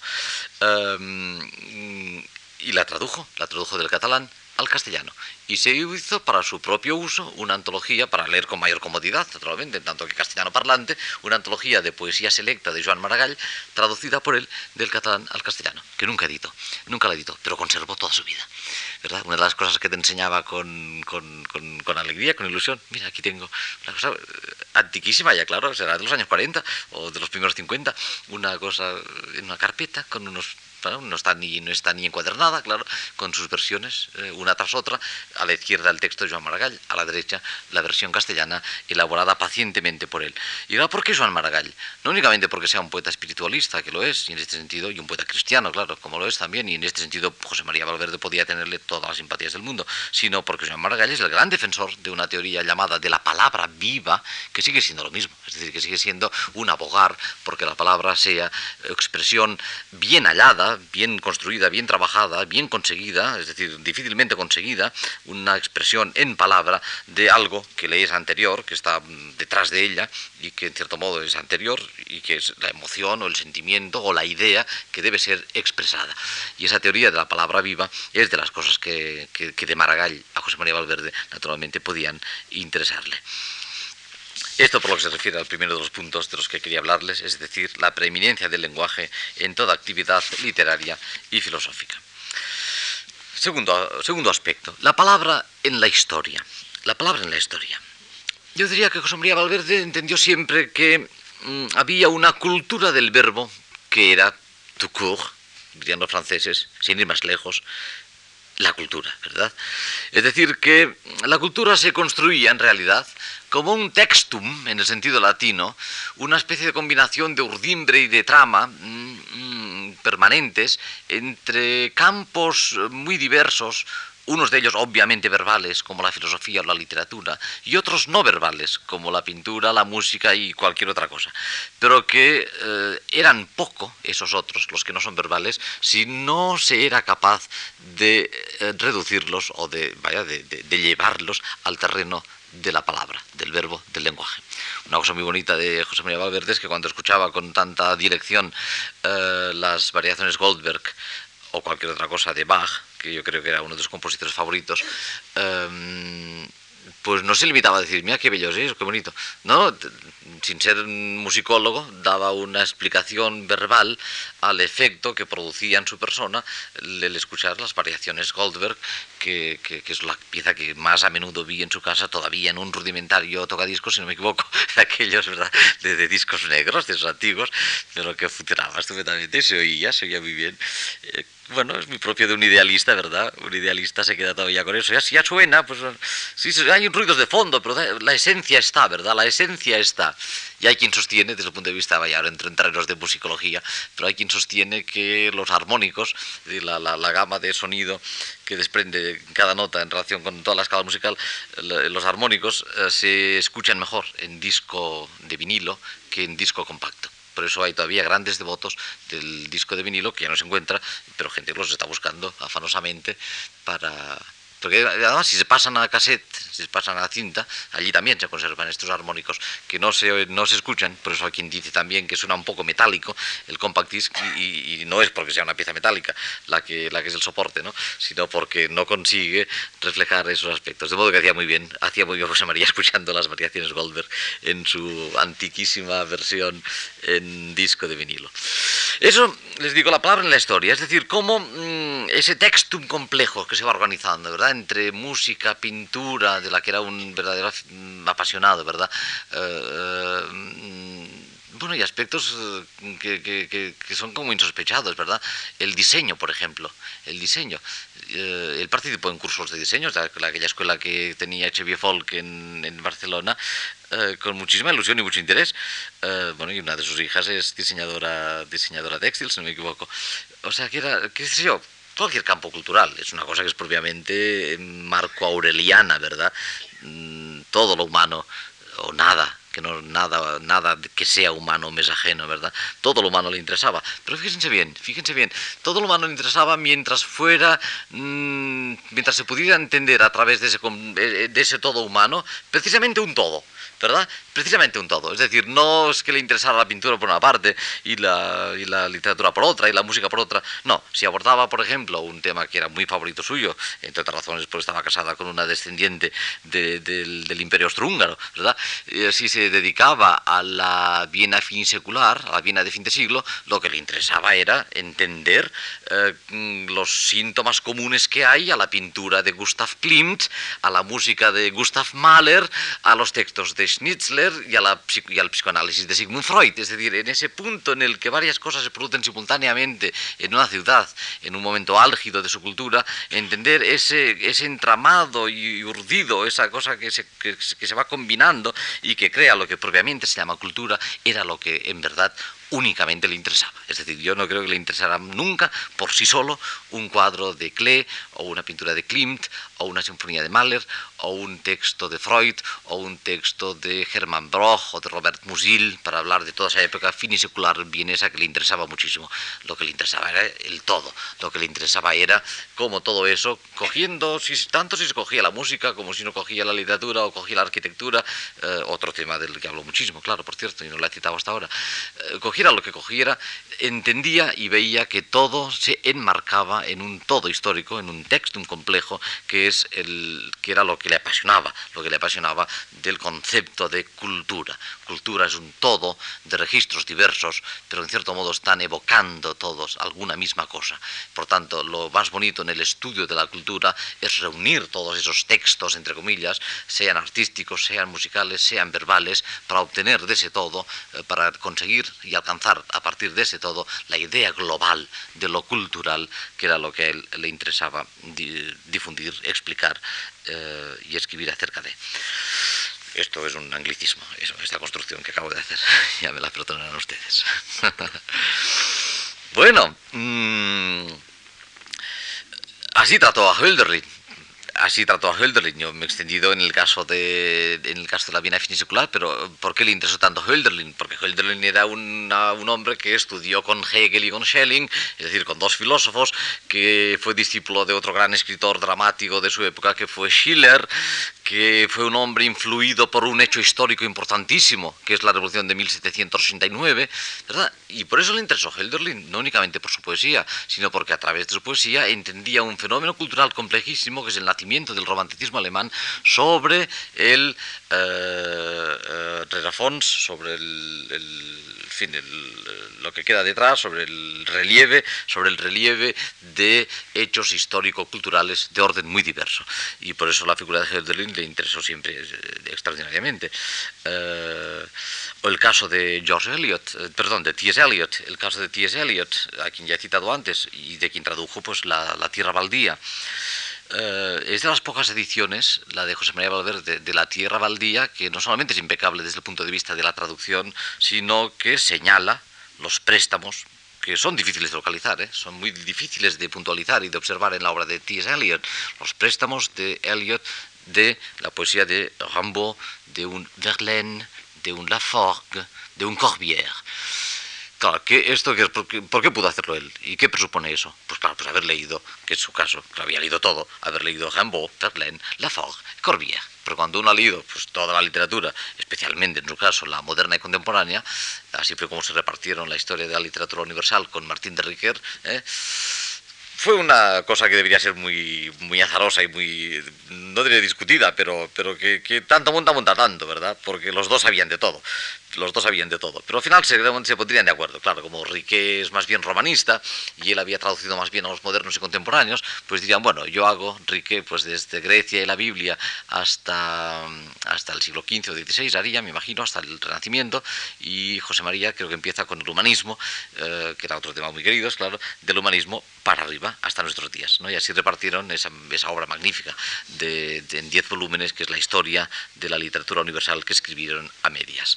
Eh, y la tradujo, la tradujo del catalán al castellano. Y se hizo para su propio uso una antología para leer con mayor comodidad, naturalmente, en tanto que castellano parlante, una antología de poesía selecta de Joan Maragall, traducida por él del catalán al castellano, que nunca editó, nunca la editó, pero conservó toda su vida, ¿verdad? Una de las cosas que te enseñaba con, con, con, con alegría, con ilusión, mira, aquí tengo una cosa antiquísima ya, claro, será de los años cuarenta o de los primeros cincuenta, una cosa en una carpeta con unos... Bueno, no está ni no está ni encuadernada, claro, con sus versiones, eh, una tras otra. A la izquierda el texto de Joan Maragall, a la derecha la versión castellana elaborada pacientemente por él. Y ahora, ¿por qué Joan Maragall? No únicamente porque sea un poeta espiritualista, que lo es, y en este sentido, y un poeta cristiano, claro, como lo es también, y en este sentido José María Valverde podía tenerle todas las simpatías del mundo, sino porque Joan Maragall es el gran defensor de una teoría llamada de la palabra viva, que sigue siendo lo mismo, es decir, que sigue siendo un abogar porque la palabra sea expresión bien hallada, bien construida, bien trabajada, bien conseguida, es decir, difícilmente conseguida, una expresión en palabra de algo que le es anterior, que está detrás de ella y que en cierto modo es anterior y que es la emoción o el sentimiento o la idea que debe ser expresada. Y esa teoría de la palabra viva es de las cosas que, que, que de Maragall a José María Valverde naturalmente podían interesarle. Esto por lo que se refiere al primero de los puntos de los que quería hablarles, es decir, la preeminencia del lenguaje en toda actividad literaria y filosófica. Segundo, segundo aspecto, la palabra en la historia. La palabra en la historia. Yo diría que José María Valverde entendió siempre que mmm, había una cultura del verbo que era tout court, dirían los franceses, sin ir más lejos, la cultura, ¿verdad? Es decir, que la cultura se construía en realidad como un textum, en el sentido latino, una especie de combinación de urdimbre y de trama mmm, mmm, permanentes entre campos muy diversos, unos de ellos obviamente verbales, como la filosofía o la literatura, y otros no verbales, como la pintura, la música y cualquier otra cosa, pero que eh, eran poco, esos otros, los que no son verbales, si no se era capaz de eh, reducirlos o de, vaya, de, de, de llevarlos al terreno de la palabra, del verbo, del lenguaje. Una cosa muy bonita de José María Valverde es que cuando escuchaba con tanta dirección eh, las variaciones Goldberg o cualquier otra cosa de Bach, que yo creo que era uno de sus compositores favoritos, eh, pues no se limitaba a decir, mira qué bello es eso, qué bonito. No, sin ser musicólogo, daba una explicación verbal al efecto que producía en su persona el, el escuchar las variaciones Goldberg, que, que, que es la pieza que más a menudo vi en su casa, todavía en un rudimentario tocadiscos, si no me equivoco, de aquellos, ¿verdad?, de, de discos negros, de esos antiguos, pero que funcionaba estupendamente, se oía, se oía muy bien. Eh, Bueno, es muy propio de un idealista, ¿verdad? Un idealista se queda todavía con eso. Ya, si ya suena, pues sí, hay ruidos de fondo, pero la esencia está, ¿verdad? La esencia está. Y hay quien sostiene, desde el punto de vista, vaya, ahora entro en terrenos de musicología, pero hay quien sostiene que los armónicos, la, la, la gama de sonido que desprende cada nota en relación con toda la escala musical, los armónicos eh, se escuchan mejor en disco de vinilo que en disco compacto. Por eso hay todavía grandes devotos del disco de vinilo que ya no se encuentra, pero gente que los está buscando afanosamente para... Porque además si se pasan a cassette, si se pasan a cinta, allí también se conservan estos armónicos que no se, no se escuchan, por eso hay quien dice también que suena un poco metálico el compact disc, y, y no es porque sea una pieza metálica la que, la que es el soporte, ¿no?, sino porque no consigue reflejar esos aspectos. De modo que hacía muy bien, hacía muy bien José María escuchando las variaciones Goldberg en su antiquísima versión en disco de vinilo. Eso, les digo, la palabra en la historia, es decir, cómo mmm, ese textum complejo que se va organizando, ¿verdad?, entre música, pintura, de la que era un verdadero apasionado, ¿verdad?, eh, bueno, hay aspectos que, que, que, que son como insospechados, ¿verdad? El diseño, por ejemplo, el diseño. Eh, él participó en cursos de diseño, de aquella escuela que tenía H B Folk en, en Barcelona, eh, con muchísima ilusión y mucho interés. Eh, bueno, y una de sus hijas es diseñadora, diseñadora textil, si no me equivoco. O sea, que era, qué sé yo, cualquier campo cultural. Es una cosa que es propiamente Marco Aureliana, ¿verdad? Todo lo humano, o nada, que no nada nada que sea humano me es ajeno, ¿verdad? Todo lo humano le interesaba. Pero fíjense bien, fíjense bien, todo lo humano le interesaba mientras fuera, mmm, mientras se pudiera entender a través de ese, de ese todo humano, precisamente un todo, ¿verdad? Precisamente un todo. Es decir, no es que le interesara la pintura por una parte y la, y la literatura por otra y la música por otra. No, si abordaba, por ejemplo, un tema que era muy favorito suyo, entre otras razones porque estaba casada con una descendiente de, de, del, del Imperio Austrohúngaro, ¿verdad? Eh, si se dedicaba a la Viena fin secular, a la Viena de fin de siglo, lo que le interesaba era entender eh, los síntomas comunes que hay a la pintura de Gustav Klimt, a la música de Gustav Mahler, a los textos de Schnitzler y, a la, y al psicoanálisis de Sigmund Freud. Es decir, en ese punto en el que varias cosas se producen simultáneamente en una ciudad, en un momento álgido de su cultura, entender ese, ese entramado y urdido, esa cosa que se, que, que se va combinando y que crea lo que propiamente se llama cultura, era lo que en verdad únicamente le interesaba. Es decir, yo no creo que le interesara nunca por sí solo un cuadro de Klee o una pintura de Klimt o una sinfonía de Mahler o un texto de Freud o un texto de Hermann Broch o de Robert Musil, para hablar de toda esa época finisecular vienesa que le interesaba muchísimo. Lo que le interesaba era el todo, lo que le interesaba era cómo todo eso, cogiendo, si, tanto si se cogía la música como si no cogía la literatura o cogía la arquitectura, eh, otro tema del que hablo muchísimo, claro, por cierto, y no lo he citado hasta ahora, eh, cogiera lo que cogiera, entendía y veía que todo se enmarcaba en un todo histórico, en un textum complejo, que es el que era lo que le apasionaba, lo que le apasionaba del concepto de cultura. Cultura es un todo de registros diversos, pero en cierto modo están evocando todos alguna misma cosa. Por tanto, lo más bonito en el estudio de la cultura es reunir todos esos textos, entre comillas, sean artísticos, sean musicales, sean verbales, para obtener de ese todo, eh, para conseguir y alcanzar a partir de ese todo la idea global de lo cultural, que era lo que a él le interesaba di difundir, explicar eh, y escribir acerca de. Esto es un anglicismo, eso, esta construcción que acabo de hacer, ya me la perdonarán ustedes. Bueno, mmm, así trató a Hölderlin. Así trató a Hölderlin. Yo me he extendido en el caso de en el caso de la Viena finisecular, pero ¿por qué le interesó tanto Hölderlin? Porque Hölderlin era una, un hombre que estudió con Hegel y con Schelling, es decir, con dos filósofos, que fue discípulo de otro gran escritor dramático de su época, que fue Schiller, que fue un hombre influido por un hecho histórico importantísimo, que es la Revolución de mil setecientos sesenta y nueve, ¿verdad? Y por eso le interesó Hölderlin, no únicamente por su poesía, sino porque a través de su poesía entendía un fenómeno cultural complejísimo, que es el nacimiento del romanticismo alemán, sobre el eh, eh, Rerafons, sobre el, el, en fin, el, lo que queda detrás, sobre el relieve, sobre el relieve de hechos histórico-culturales de orden muy diverso. Y por eso la figura de Hölderlin le interesó siempre eh, extraordinariamente. Eh, o el caso de George Eliot, eh, perdón, de T S Eliot, el caso de T S Eliot, a quien ya he citado antes, y de quien tradujo pues la, la Tierra Baldía. Uh, es de las pocas ediciones, la de José María Valverde, de La Tierra Baldía, que no solamente es impecable desde el punto de vista de la traducción, sino que señala los préstamos, que son difíciles de localizar, ¿eh? Son muy difíciles de puntualizar y de observar en la obra de T S Eliot, los préstamos de Eliot de la poesía de Rimbaud, de un Verlaine, de un Laforgue, de un Corbière. Claro, ¿qué, esto, qué, por, qué, ¿por qué pudo hacerlo él? ¿Y qué presupone eso? Pues claro, pues haber leído, que es su caso, que había leído todo, haber leído Rimbaud, Verlaine, Laforgue, Corbière. Pero cuando uno ha leído pues, toda la literatura, especialmente en su caso la moderna y contemporánea, así fue como se repartieron la historia de la literatura universal con Martín de Riquer, ¿eh? Fue una cosa que debería ser muy, muy azarosa y muy, no diré discutida, pero, pero que, que tanto monta, monta tanto, ¿verdad? Porque los dos sabían de todo. los dos sabían de todo, pero al final se, se pondrían de acuerdo. Claro, como Riquet es más bien romanista y él había traducido más bien a los modernos y contemporáneos, pues dirían, bueno, yo hago Riquet pues desde Grecia y la Biblia hasta, hasta el siglo quince o dieciséis, haría, me imagino, hasta el Renacimiento, y José María creo que empieza con el humanismo, eh, que era otro tema muy querido, claro, del humanismo para arriba hasta nuestros días, ¿no? Y así repartieron esa, esa obra magnífica de, de, en diez volúmenes, que es la historia de la literatura universal que escribieron a medias.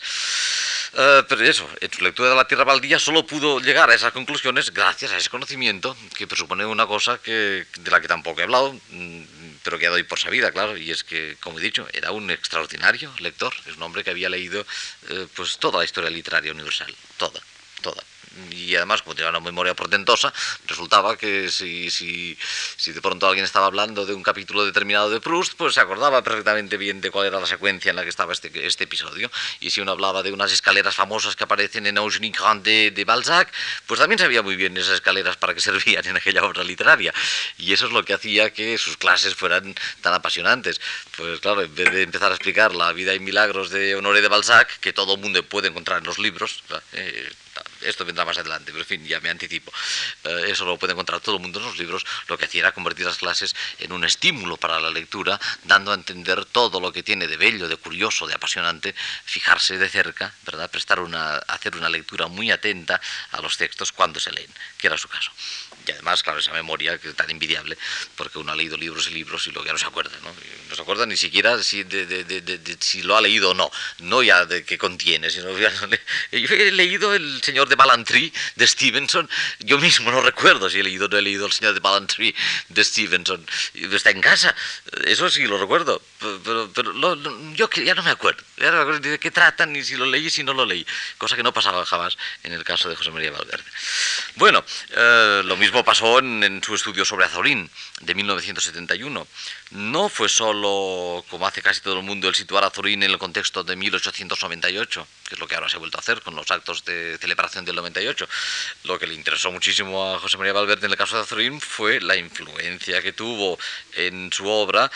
Uh, pero eso, en su lectura de La Tierra Baldía solo pudo llegar a esas conclusiones gracias a ese conocimiento que presupone una cosa que, de la que tampoco he hablado, pero que doy por sabida, claro, y es que, como he dicho, era un extraordinario lector, es un hombre que había leído eh, pues toda la historia literaria universal, toda, toda. Y además, como tenía una memoria portentosa, resultaba que si, si, si de pronto alguien estaba hablando de un capítulo determinado de Proust, pues se acordaba perfectamente bien de cuál era la secuencia en la que estaba este, este episodio. Y si uno hablaba de unas escaleras famosas que aparecen en Eugénie Grandet de Balzac, pues también sabía muy bien esas escaleras para qué servían en aquella obra literaria. Y eso es lo que hacía que sus clases fueran tan apasionantes. Pues claro, en vez de empezar a explicar la vida y milagros de Honoré de Balzac, que todo el mundo puede encontrar en los libros, eh, esto vendrá más adelante, pero en fin, ya me anticipo, eh, eso lo puede encontrar todo el mundo en los libros. Lo que hacía era convertir las clases en un estímulo para la lectura, dando a entender todo lo que tiene de bello, de curioso, de apasionante, fijarse de cerca, ¿verdad?, prestar una, hacer una lectura muy atenta a los textos cuando se leen, que era su caso. Y además, claro, esa memoria que es tan envidiable, porque uno ha leído libros y libros y luego ya no se acuerda, ¿no? No se acuerda ni siquiera si, de, de, de, de, de, si lo ha leído o no, no ya de qué contiene, sino ya no le... Yo he leído El Señor de Ballantrae de Stevenson, yo mismo no recuerdo si he leído o no he leído El Señor de Ballantrae de Stevenson, está en casa, eso sí lo recuerdo, pero, pero lo, lo, yo ya no me acuerdo, ya no me acuerdo ni de qué tratan, ni si lo leí, si no lo leí, cosa que no pasaba jamás en el caso de José María Valverde. Bueno, eh, lo mismo pasó en, en su estudio sobre Azorín de mil novecientos setenta y uno. No fue solo, como hace casi todo el mundo, el situar a Azorín en el contexto de mil ochocientos noventa y ocho, que es lo que ahora se ha vuelto a hacer con los actos de celebración del noventa y ocho. Lo que le interesó muchísimo a José María Valverde en el caso de Azorín fue la influencia que tuvo en su obra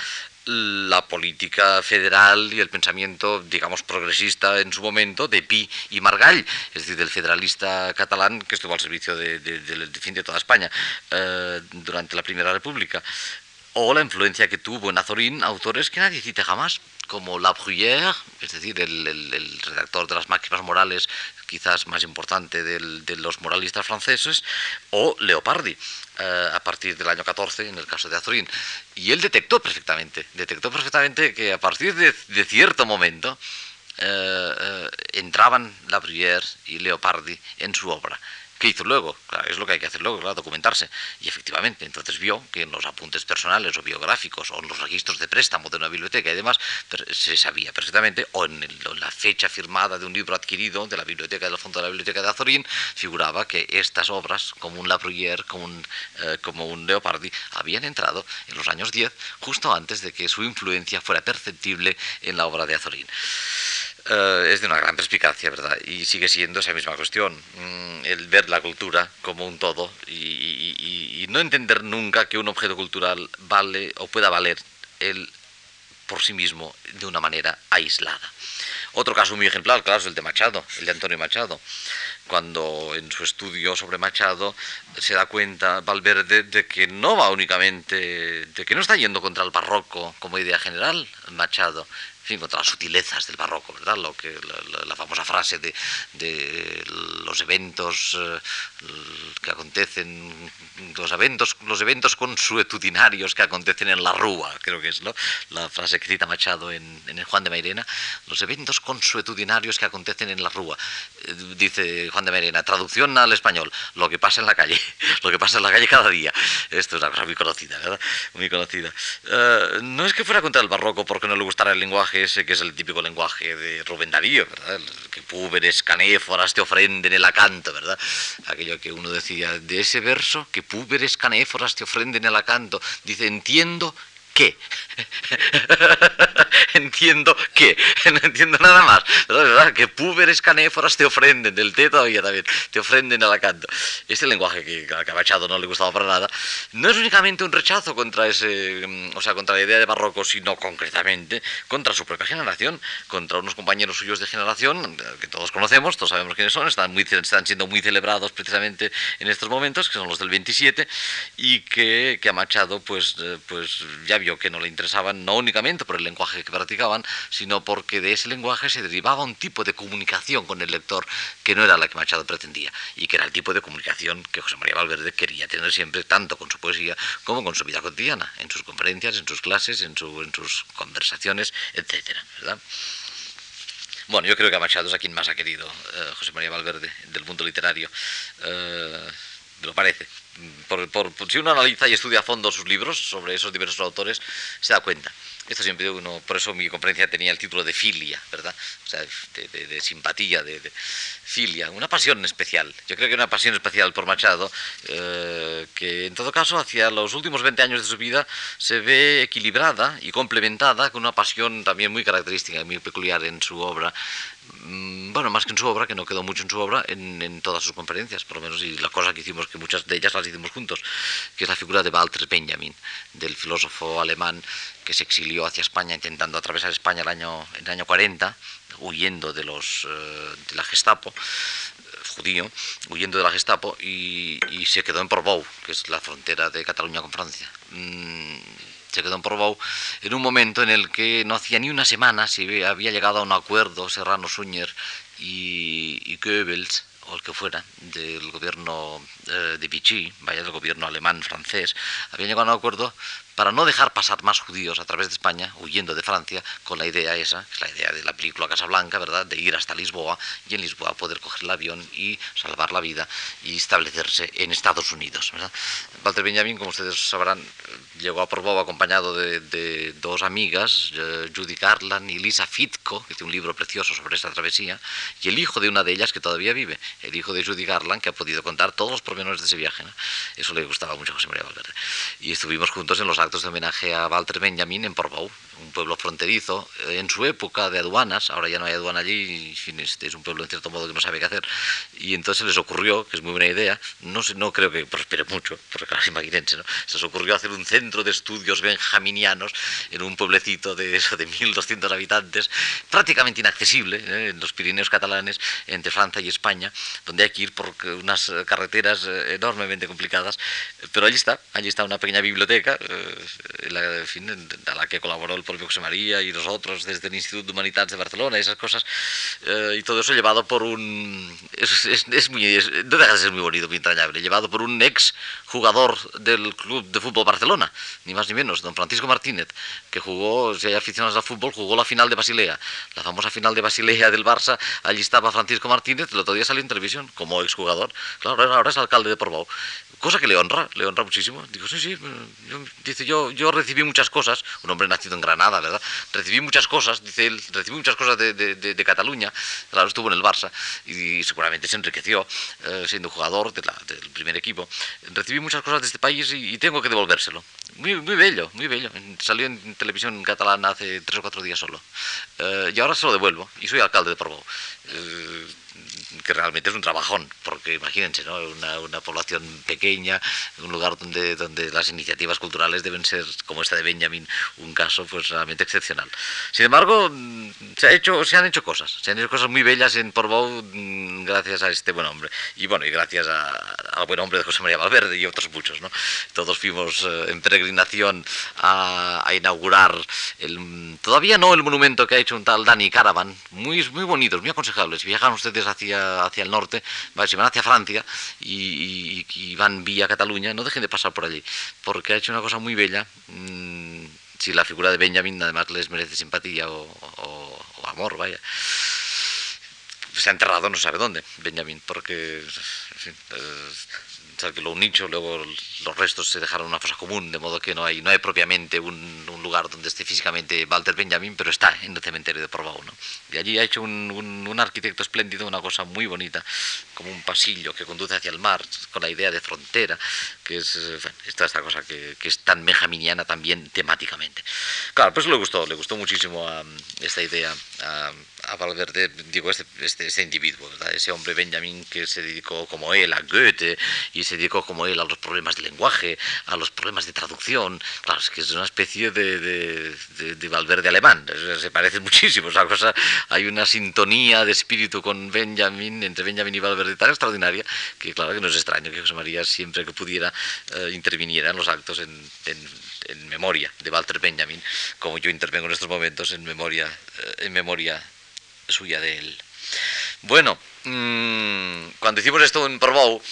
la política federal y el pensamiento, digamos, progresista en su momento de Pi y Margall, es decir, del federalista catalán que estuvo al servicio de, de, de, de, fin de toda España eh, durante la Primera República, o la influencia que tuvo en Azorín autores que nadie cita jamás, como La Bruyère, es decir, el, el, el redactor de las máximas morales quizás más importante del, de los moralistas franceses, o Leopardi, eh, a partir del año catorce, en el caso de Azorín. Y él detectó perfectamente, detectó perfectamente que a partir de, de cierto momento eh, eh, entraban La Bruyère y Leopardi en su obra. ¿Qué hizo luego? Claro, es lo que hay que hacer luego, claro, documentarse. Y efectivamente, entonces vio que en los apuntes personales o biográficos o en los registros de préstamo de una biblioteca y demás, se sabía perfectamente, o en, el, o en la fecha firmada de un libro adquirido de la biblioteca del fondo de la biblioteca de Azorín, figuraba que estas obras, como un La Bruyère, como un, eh, como un Leopardi, habían entrado en los años diez, justo antes de que su influencia fuera perceptible en la obra de Azorín. Uh, es de una gran perspicacia, ¿verdad? Y sigue siendo esa misma cuestión, mm, el ver la cultura como un todo y, y, y, y no entender nunca que un objeto cultural vale o pueda valer él por sí mismo de una manera aislada. Otro caso muy ejemplar, claro, es el de Machado, el de Antonio Machado. Cuando en su estudio sobre Machado se da cuenta Valverde de que no va únicamente, de que no está yendo contra el barroco como idea general, Machado, en fin, contra las sutilezas del barroco, ¿verdad? Lo que la, la famosa frase de, de los eventos eh, que acontecen, los eventos, los eventos consuetudinarios que acontecen en la Rúa, creo que es, ¿no?, la frase que cita Machado en, en el Juan de Mairena, los eventos consuetudinarios que acontecen en la Rúa. Eh, dice Juan de Mairena, traducción al español, lo que pasa en la calle, lo que pasa en la calle cada día. Esto es una cosa muy conocida, ¿verdad? Muy conocida. Eh, no es que fuera contra el barroco porque no le gustara el lenguaje ese, que es el típico lenguaje de Rubén Darío, ¿verdad? Que púberes, canéforas te ofrenden el acanto, ¿verdad? Aquello que uno decía de ese verso, que púberes, canéforas te ofrenden el acanto. Dice, entiendo ¿qué? entiendo que, no entiendo nada más, ¿verdad? ¿Verdad? Que púberes canéforas te ofrenden, del té todavía también, te ofrenden al acanto. Este lenguaje que a Machado no le gustaba para nada, no es únicamente un rechazo contra ese, o sea, contra la idea de barroco, sino concretamente contra su propia generación, contra unos compañeros suyos de generación, que todos conocemos, todos sabemos quiénes son, están, muy, están siendo muy celebrados precisamente en estos momentos, que son los del veintisiete, y que, que a Machado pues, pues ya vio que no le interesaban, no únicamente por el lenguaje que practicaban, sino porque de ese lenguaje se derivaba un tipo de comunicación con el lector que no era la que Machado pretendía, y que era el tipo de comunicación que José María Valverde quería tener siempre, tanto con su poesía como con su vida cotidiana, en sus conferencias, en sus clases, en, su, en sus conversaciones, etcétera, ¿verdad? Bueno, yo creo que a Machado es a quien más ha querido eh, José María Valverde del mundo literario, eh, me lo parece. Por, por, por, si uno analiza y estudia a fondo sus libros sobre esos diversos autores, se da cuenta. Esto siempre uno, por eso mi conferencia tenía el título de filia, ¿verdad? O sea, de, de, de simpatía, de, de filia, una pasión especial. Yo creo que una pasión especial por Machado, eh, que en todo caso hacia los últimos veinte años de su vida se ve equilibrada y complementada con una pasión también muy característica y muy peculiar en su obra. Bueno, más que en su obra, que no quedó mucho en su obra, en, en todas sus conferencias, por lo menos, y la cosa que hicimos, que muchas de ellas las hicimos juntos, que es la figura de Walter Benjamin, del filósofo alemán que se exilió hacia España intentando atravesar España el año, en el año cuarenta, huyendo de, los, de la Gestapo, judío, huyendo de la Gestapo, y, y se quedó en Portbou, que es la frontera de Cataluña con Francia. Mm, se quedó en Portbou en un momento en el que no hacía ni una semana si había llegado a un acuerdo Serrano Suñer y, y Goebbels, o el que fuera, del gobierno eh, de Vichy, vaya, del gobierno alemán, francés, habían llegado a un acuerdo para no dejar pasar más judíos a través de España, huyendo de Francia, con la idea esa, que es la idea de la película Casablanca, ¿verdad?, de ir hasta Lisboa, y en Lisboa poder coger el avión y salvar la vida y establecerse en Estados Unidos, ¿verdad? Walter Benjamin, como ustedes sabrán, llegó a Portbou acompañado de, de dos amigas, eh, Judy Garland y Lisa Fitko, que tiene un libro precioso sobre esta travesía, y el hijo de una de ellas que todavía vive, el hijo de Judy Garland, que ha podido contar todos los pormenores de ese viaje, ¿no? Eso le gustaba mucho a José María Valverde. Y estuvimos juntos en los actos de homenaje a Walter Benjamin en Portbou, un pueblo fronterizo, en su época de aduanas. Ahora ya no hay aduana allí, y este es un pueblo en cierto modo que no sabe qué hacer, y entonces les ocurrió, que es muy buena idea, no sé, no creo que prospere mucho, porque claro, imagínense, ¿no? Se les ocurrió hacer un centro de estudios benjaminianos en un pueblecito de eso, de mil doscientos habitantes, prácticamente inaccesible, ¿eh?, en los Pirineos catalanes, entre Francia y España, donde hay que ir por unas carreteras enormemente complicadas, pero allí está, allí está una pequeña biblioteca, eh, la, en fin, a la que colaboró el propio José María y nosotros desde el Instituto de Humanitats de Barcelona y esas cosas, eh, y todo eso llevado por un... Es, es, es muy, es, no deja de ser muy bonito, muy entrañable, llevado por un ex jugador del Club de Fútbol Barcelona, ni más ni menos, don Francisco Martínez, que jugó, si hay aficionados al fútbol, jugó la final de Basilea, la famosa final de Basilea del Barça. Allí estaba Francisco Martínez, el otro día salió en televisión como exjugador, claro, ahora es alcalde de Portbou, cosa que le honra, le honra muchísimo. Digo, sí, sí, yo, dice, yo, yo recibí muchas cosas, un hombre nacido en Granada, ¿verdad? Recibí muchas cosas, dice él, recibí muchas cosas de, de, de, de Cataluña, claro, estuvo en el Barça y seguramente se enriqueció eh, siendo jugador de la, del primer equipo. Recibí muchas cosas de este país y, y tengo que devolvérselo. Muy, muy bello, muy bello. Salió en televisión catalana hace tres o cuatro días solo. Eh, y ahora se lo devuelvo y soy alcalde de Portbou. Eh, que realmente es un trabajón, porque imagínense, ¿no?, una, una población pequeña, un lugar donde, donde las iniciativas culturales deben ser, como esta de Benjamin, un caso pues realmente excepcional. Sin embargo, se, ha hecho, se han hecho cosas, se han hecho cosas muy bellas en Portbou gracias a este buen hombre, y bueno, y gracias a, al buen hombre de José María Valverde y otros muchos, ¿no? Todos fuimos eh, en peregrinación a, a inaugurar el, todavía no el monumento que ha hecho un tal Dani Caravan, muy, muy bonitos, muy aconsejables. Si viajan ustedes hacia, hacia el norte, si van hacia Francia y, y, y van vía Cataluña, no dejen de pasar por allí, porque ha hecho una cosa muy bella. Mmm, si la figura de Benjamin además les merece simpatía o, o, o amor, vaya. se ha enterrado no sabe dónde, Benjamín, porque en fin, eh, alquiló un nicho, luego los restos se dejaron en una fosa común, de modo que no hay, no hay propiamente un, un lugar donde esté físicamente Walter Benjamin, pero está en el cementerio de Portbou, ¿no? Y allí ha hecho un, un, un arquitecto espléndido una cosa muy bonita, como un pasillo que conduce hacia el mar, con la idea de frontera, que es, bueno, es toda esta cosa que, que es tan benjaminiana también temáticamente. Claro, pues le gustó, le gustó muchísimo a, esta idea a, a Valverde, digo, este, este, este individuo, ¿verdad? Ese hombre Benjamin que se dedicó como él a Goethe y se dedicó como él a los problemas de lenguaje, a los problemas de traducción. Claro, es que es una especie de, de, de, de Valverde alemán, se parecen muchísimo, esa cosa, hay una sintonía de espíritu con Benjamin, entre Benjamin y Valverde tan extraordinaria, que claro que no es extraño que José María siempre que pudiera eh, interviniera en los actos en, en, en memoria de Walter Benjamin, como yo intervengo en estos momentos en memoria, eh, en memoria suya de él. Bueno, mmm, cuando hicimos esto en Portbou,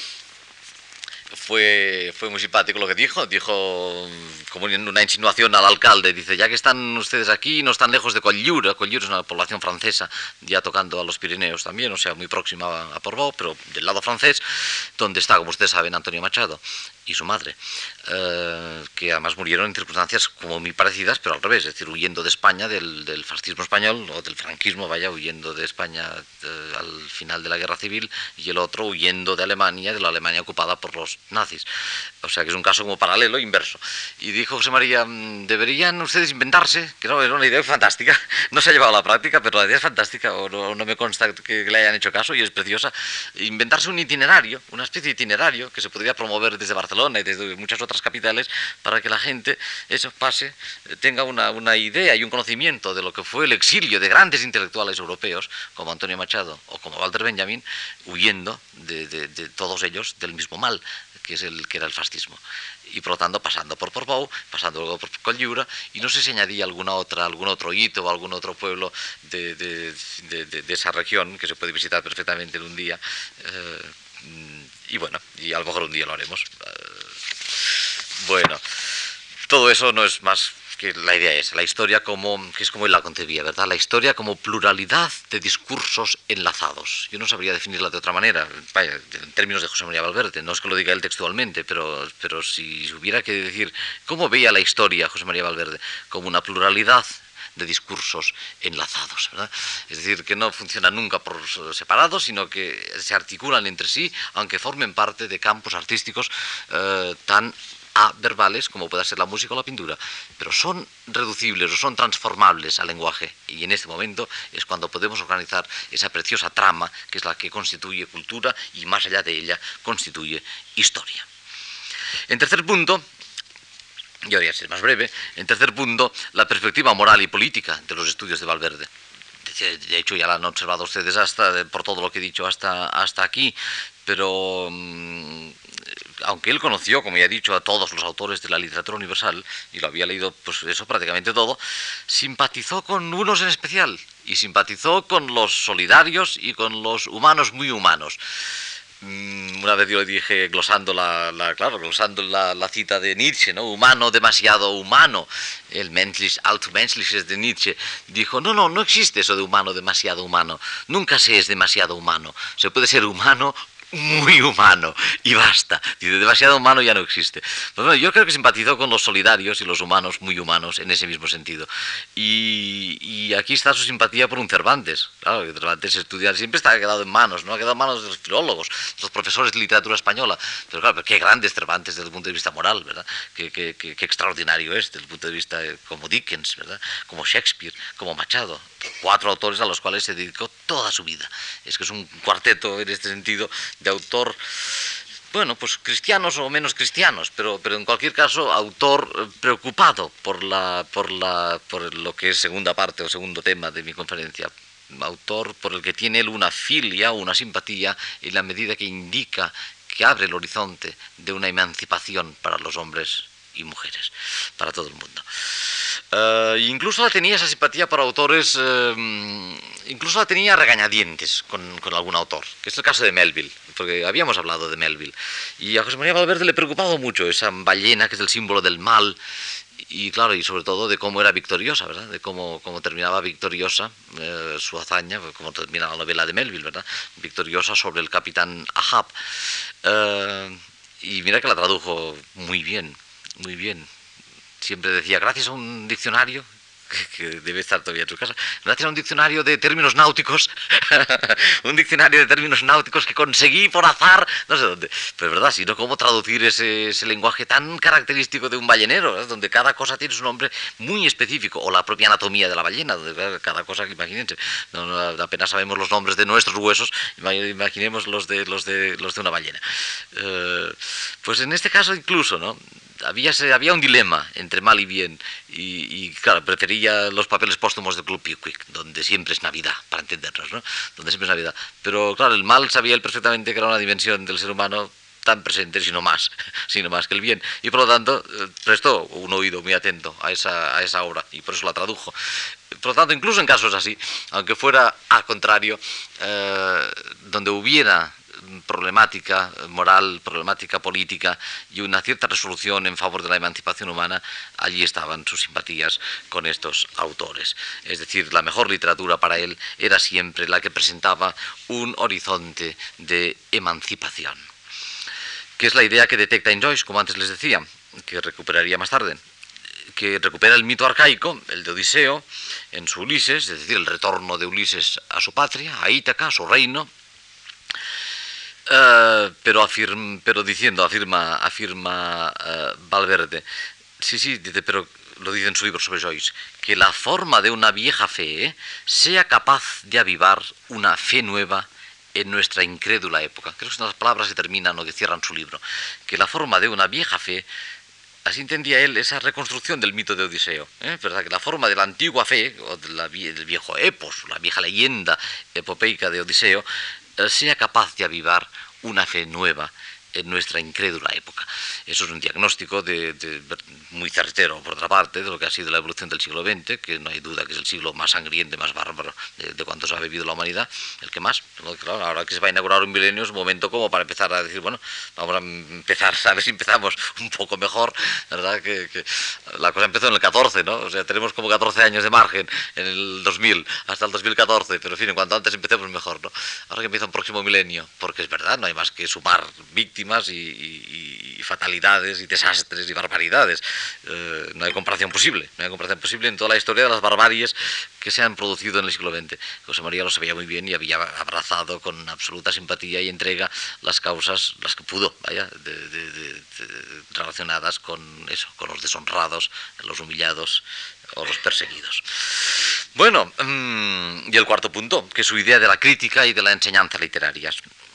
Fue, fue muy simpático lo que dijo, dijo como una insinuación al alcalde, dice, ya que están ustedes aquí, no están lejos de Colllura, Colllura es una población francesa, ya tocando a los Pirineos también, o sea, muy próxima a Portbou, pero del lado francés, donde está, como ustedes saben, Antonio Machado y su madre, eh, que además murieron en circunstancias como muy parecidas, pero al revés, es decir, huyendo de España, del, del fascismo español, o del franquismo, vaya, huyendo de España eh, al final de la Guerra Civil, y el otro huyendo de Alemania, de la Alemania ocupada por los nazis. O sea que es un caso como paralelo, inverso. Y dijo José María, deberían ustedes inventarse, que no, era una idea fantástica, no se ha llevado a la práctica, pero la idea es fantástica, o no, no me consta que le hayan hecho caso, y es preciosa, inventarse un itinerario, una especie de itinerario que se podría promover desde Barcelona y desde muchas otras capitales, para que la gente, eso, pase, tenga una, una idea y un conocimiento de lo que fue el exilio de grandes intelectuales europeos, como Antonio Machado o como Walter Benjamin, huyendo de, de, de todos ellos del mismo mal, que es el que era el fascismo, y por lo tanto pasando por Portbou, pasando luego por Colllura, y no sé si añadía alguna otra, algún otro hito o algún otro pueblo de, de, de, de, de esa región que se puede visitar perfectamente en un día, eh, y bueno, y a lo mejor un día lo haremos. Uh, bueno, todo eso no es más que la idea es la historia como, que es como él la concebía, ¿verdad? La historia como pluralidad de discursos enlazados. Yo no sabría definirla de otra manera, vaya, en términos de José María Valverde, no es que lo diga él textualmente, pero, pero si hubiera que decir cómo veía la historia José María Valverde, como una pluralidad de discursos enlazados, ¿verdad? Es decir, que no funcionan nunca por separado, sino que se articulan entre sí, aunque formen parte de campos artísticos eh, tan verbales como pueda ser la música o la pintura, pero son reducibles o son transformables al lenguaje, y en este momento es cuando podemos organizar esa preciosa trama que es la que constituye cultura y más allá de ella constituye historia. En tercer punto, yo voy a ser más breve, en tercer punto, la perspectiva moral y política de los estudios de Valverde. De hecho, ya la han observado ustedes hasta, por todo lo que he dicho hasta, hasta aquí, pero mmm, aunque él conoció, como ya he dicho, a todos los autores de la literatura universal, y lo había leído, pues eso, prácticamente todo, simpatizó con unos en especial, y simpatizó con los solidarios y con los humanos muy humanos. Una vez yo le dije, glosando la, la claro, glosando la, la cita de Nietzsche, ¿no? Humano demasiado humano, el menschlich, altmenschliches de Nietzsche, dijo, no, no, no existe eso de humano demasiado humano, nunca se es demasiado humano, se puede ser humano muy humano, y basta. Dice, demasiado humano ya no existe. Pues bueno, yo creo que simpatizó con los solidarios y los humanos muy humanos en ese mismo sentido. Y, y aquí está su simpatía por un Cervantes. Claro, que Cervantes estudia, siempre está quedado en manos, ¿no? Ha quedado en manos de los filólogos, de los profesores de literatura española. Pero claro, qué grandes Cervantes desde el punto de vista moral, ¿verdad? Qué, qué, qué, qué extraordinario es desde el punto de vista como Dickens, ¿verdad? Como Shakespeare, como Machado. Cuatro autores a los cuales se dedicó toda su vida. Es que es un cuarteto en este sentido de autor, bueno, pues cristianos o menos cristianos, pero, pero en cualquier caso autor preocupado por, la, por, la, por lo que es segunda parte o segundo tema de mi conferencia, autor por el que tiene él una filia o una simpatía en la medida que indica que abre el horizonte de una emancipación para los hombres y mujeres, para todo el mundo. Uh, incluso la tenía esa simpatía por autores, uh, incluso la tenía a regañadientes con, con algún autor, que es el caso de Melville, porque habíamos hablado de Melville, y a José María Valverde le preocupaba mucho esa ballena que es el símbolo del mal, y claro, y sobre todo de cómo era victoriosa, ¿verdad? De cómo, cómo terminaba victoriosa eh, su hazaña, como termina la novela de Melville, ¿verdad? Victoriosa sobre el capitán Ahab. Eh, y mira que la tradujo muy bien, muy bien. Siempre decía, gracias a un diccionario, que debe estar todavía en su casa, gracias a un diccionario de términos náuticos, un diccionario de términos náuticos que conseguí por azar, no sé dónde, pero es verdad, sino cómo traducir ese, ese lenguaje tan característico de un ballenero, ¿eh? Donde cada cosa tiene su nombre muy específico, o la propia anatomía de la ballena, donde cada cosa, que imagínense, no, no, apenas sabemos los nombres de nuestros huesos, imaginemos los de, los de, los de una ballena. Eh, pues en este caso incluso, ¿no? Había, había un dilema entre mal y bien, y, y claro, prefería los papeles póstumos de Club Pickwick, donde siempre es Navidad, para entendernos, ¿no? Donde siempre es Navidad. Pero claro, el mal sabía él perfectamente que era una dimensión del ser humano tan presente, sino más, sino más que el bien, y por lo tanto prestó un oído muy atento a esa, a esa obra, y por eso la tradujo. Por lo tanto, incluso en casos así, aunque fuera al contrario, eh, donde hubiera problemática moral, problemática política y una cierta resolución en favor de la emancipación humana, allí estaban sus simpatías con estos autores. Es decir, la mejor literatura para él era siempre la que presentaba un horizonte de emancipación, que es la idea que detecta en Joyce, como antes les decía, que recuperaría más tarde, que recupera el mito arcaico, el de Odiseo, en su Ulises, es decir, el retorno de Ulises a su patria, a Ítaca, a su reino. Uh, pero, afirma, pero diciendo, afirma, afirma uh, Valverde, sí, sí, dice, pero lo dice en su libro sobre Joyce, que la forma de una vieja fe ¿eh? sea capaz de avivar una fe nueva en nuestra incrédula época. Creo que son las palabras que terminan o que cierran su libro, que la forma de una vieja fe, así entendía él esa reconstrucción del mito de Odiseo, ¿eh? ¿Verdad? Que la forma de la antigua fe, o de la, del viejo epos, la vieja leyenda epopeica de Odiseo, sea capaz de avivar una fe nueva en nuestra incrédula época. Eso es un diagnóstico de, de, muy certero, por otra parte, de lo que ha sido la evolución del siglo veinte, que no hay duda que es el siglo más sangriento, más bárbaro de, de cuantos ha vivido la humanidad, el que más. Claro, ahora que se va a inaugurar un milenio es un momento como para empezar a decir, bueno, vamos a empezar, a ver si empezamos un poco mejor, ¿verdad? Que, que la cosa empezó en el catorce, ¿no? O sea, tenemos como catorce años de margen en el dos mil, hasta el dos mil catorce, pero en fin, en cuanto antes empecemos mejor, ¿no? Ahora que empieza un próximo milenio, porque es verdad, no hay más que sumar víctimas y, y, y fatalidades y desastres y barbaridades. Eh, no hay comparación posible, no hay comparación posible en toda la historia de las barbaries que se han producido en el siglo veinte. José María lo sabía muy bien y había abrazado con absoluta simpatía y entrega las causas, las que pudo, vaya, de, de, de, de, relacionadas con eso, con los deshonrados, los humillados o los perseguidos. Bueno, y el cuarto punto, que es su idea de la crítica y de la enseñanza literarias.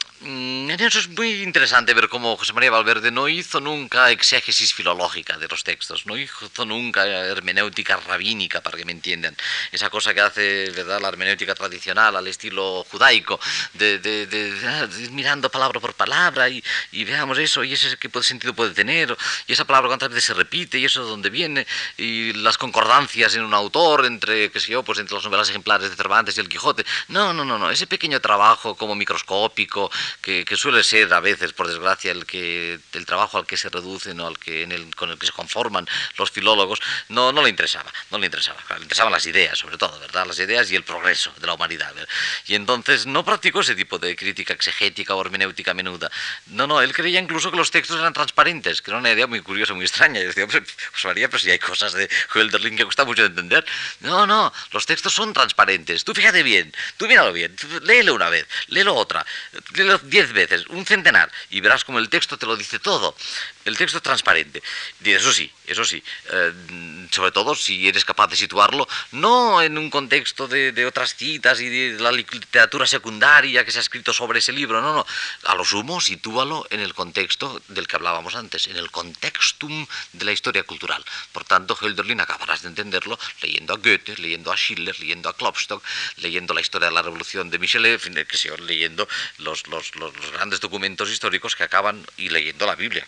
En eso es muy interesante ver cómo José María Valverde no hizo nunca exégesis filológica de los textos, no hizo nunca hermenéutica rabínica, para que me entiendan, esa cosa que hace, ¿verdad?, la hermenéutica tradicional al estilo judaico, de, de, de, de ir mirando palabra por palabra y, y veamos eso, y ese qué sentido puede tener, y esa palabra cuántas veces se repite, y eso de dónde viene, y las concordancias en un autor entre, qué sé yo, pues entre las novelas ejemplares de Cervantes y el Quijote. No, no, no, no, ese pequeño trabajo como microscópico, Que, que suele ser a veces, por desgracia, el que el trabajo al que se reducen o al que en el, con el que se conforman los filólogos, no, no le interesaba, no le interesaba, le interesaban las ideas, sobre todo, ¿verdad? Las ideas y el progreso de la humanidad, ¿verdad? Y entonces no practicó ese tipo de crítica exegética o hermenéutica menuda. No, no, él creía incluso que los textos eran transparentes, que era una idea muy curiosa, muy extraña. Y decía, pues María, pero si hay cosas de Hölderlin que cuesta mucho de entender. No, no, los textos son transparentes. Tú fíjate bien, tú míralo bien, tú léelo una vez, léelo otra, léelo diez veces, un centenar, y verás como el texto te lo dice todo. El texto es transparente. Y eso sí, eso sí, eh, sobre todo si eres capaz de situarlo, no en un contexto de, de otras citas y de la literatura secundaria que se ha escrito sobre ese libro, no, no, a lo sumo sitúalo en el contexto del que hablábamos antes, en el contextum de la historia cultural. Por tanto, Hölderlin acabarás de entenderlo leyendo a Goethe, leyendo a Schiller, leyendo a Klopstock, leyendo la historia de la revolución de Michelet, que sé yo, leyendo los, los, los, los grandes documentos históricos que acaban, y leyendo la Biblia, claro, para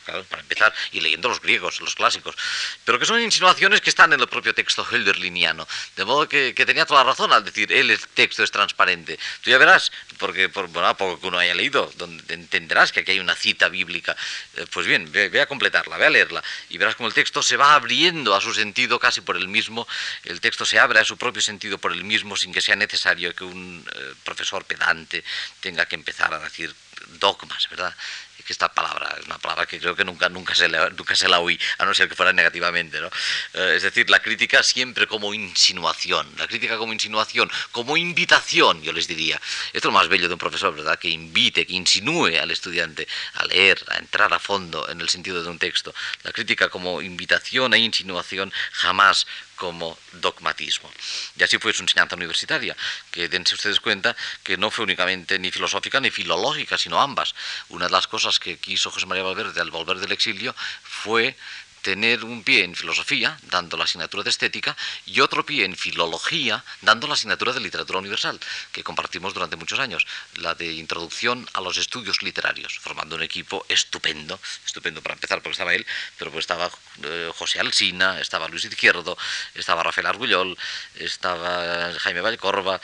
empezar, y leyendo los griegos, los clásicos, pero que son insinuaciones que están en el propio texto hölderliniano, de modo que, que tenía toda la razón al decir, el texto es transparente. Tú ya verás, porque por bueno, a poco que uno haya leído, donde entenderás que aquí hay una cita bíblica, eh, pues bien, ve, ve a completarla, ve a leerla, y verás como el texto se va abriendo a su sentido casi por el mismo, el texto se abre a su propio sentido por el mismo, sin que sea necesario que un eh, profesor pedante tenga que empezar a decir dogmas, ¿verdad? Que esta palabra es una palabra que creo que nunca, nunca, se, la, nunca se la oí, a no ser que fuera negativamente, ¿no? Eh, es decir, la crítica siempre como insinuación, la crítica como insinuación, como invitación, yo les diría. Esto es lo más bello de un profesor, ¿verdad? Que invite, que insinúe al estudiante a leer, a entrar a fondo en el sentido de un texto. La crítica como invitación e insinuación, jamás como dogmatismo. Y así fue su enseñanza universitaria, que dense ustedes cuenta que no fue únicamente ni filosófica ni filológica, sino ambas. Una de las cosas que quiso José María Valverde al volver del exilio fue tener un pie en filosofía, dando la asignatura de estética, y otro pie en filología, dando la asignatura de literatura universal, que compartimos durante muchos años, la de introducción a los estudios literarios, formando un equipo estupendo, estupendo para empezar porque estaba él, pero pues estaba eh, José Alsina, estaba Luis Izquierdo, estaba Rafael Argullol, estaba Jaime Vallcorba,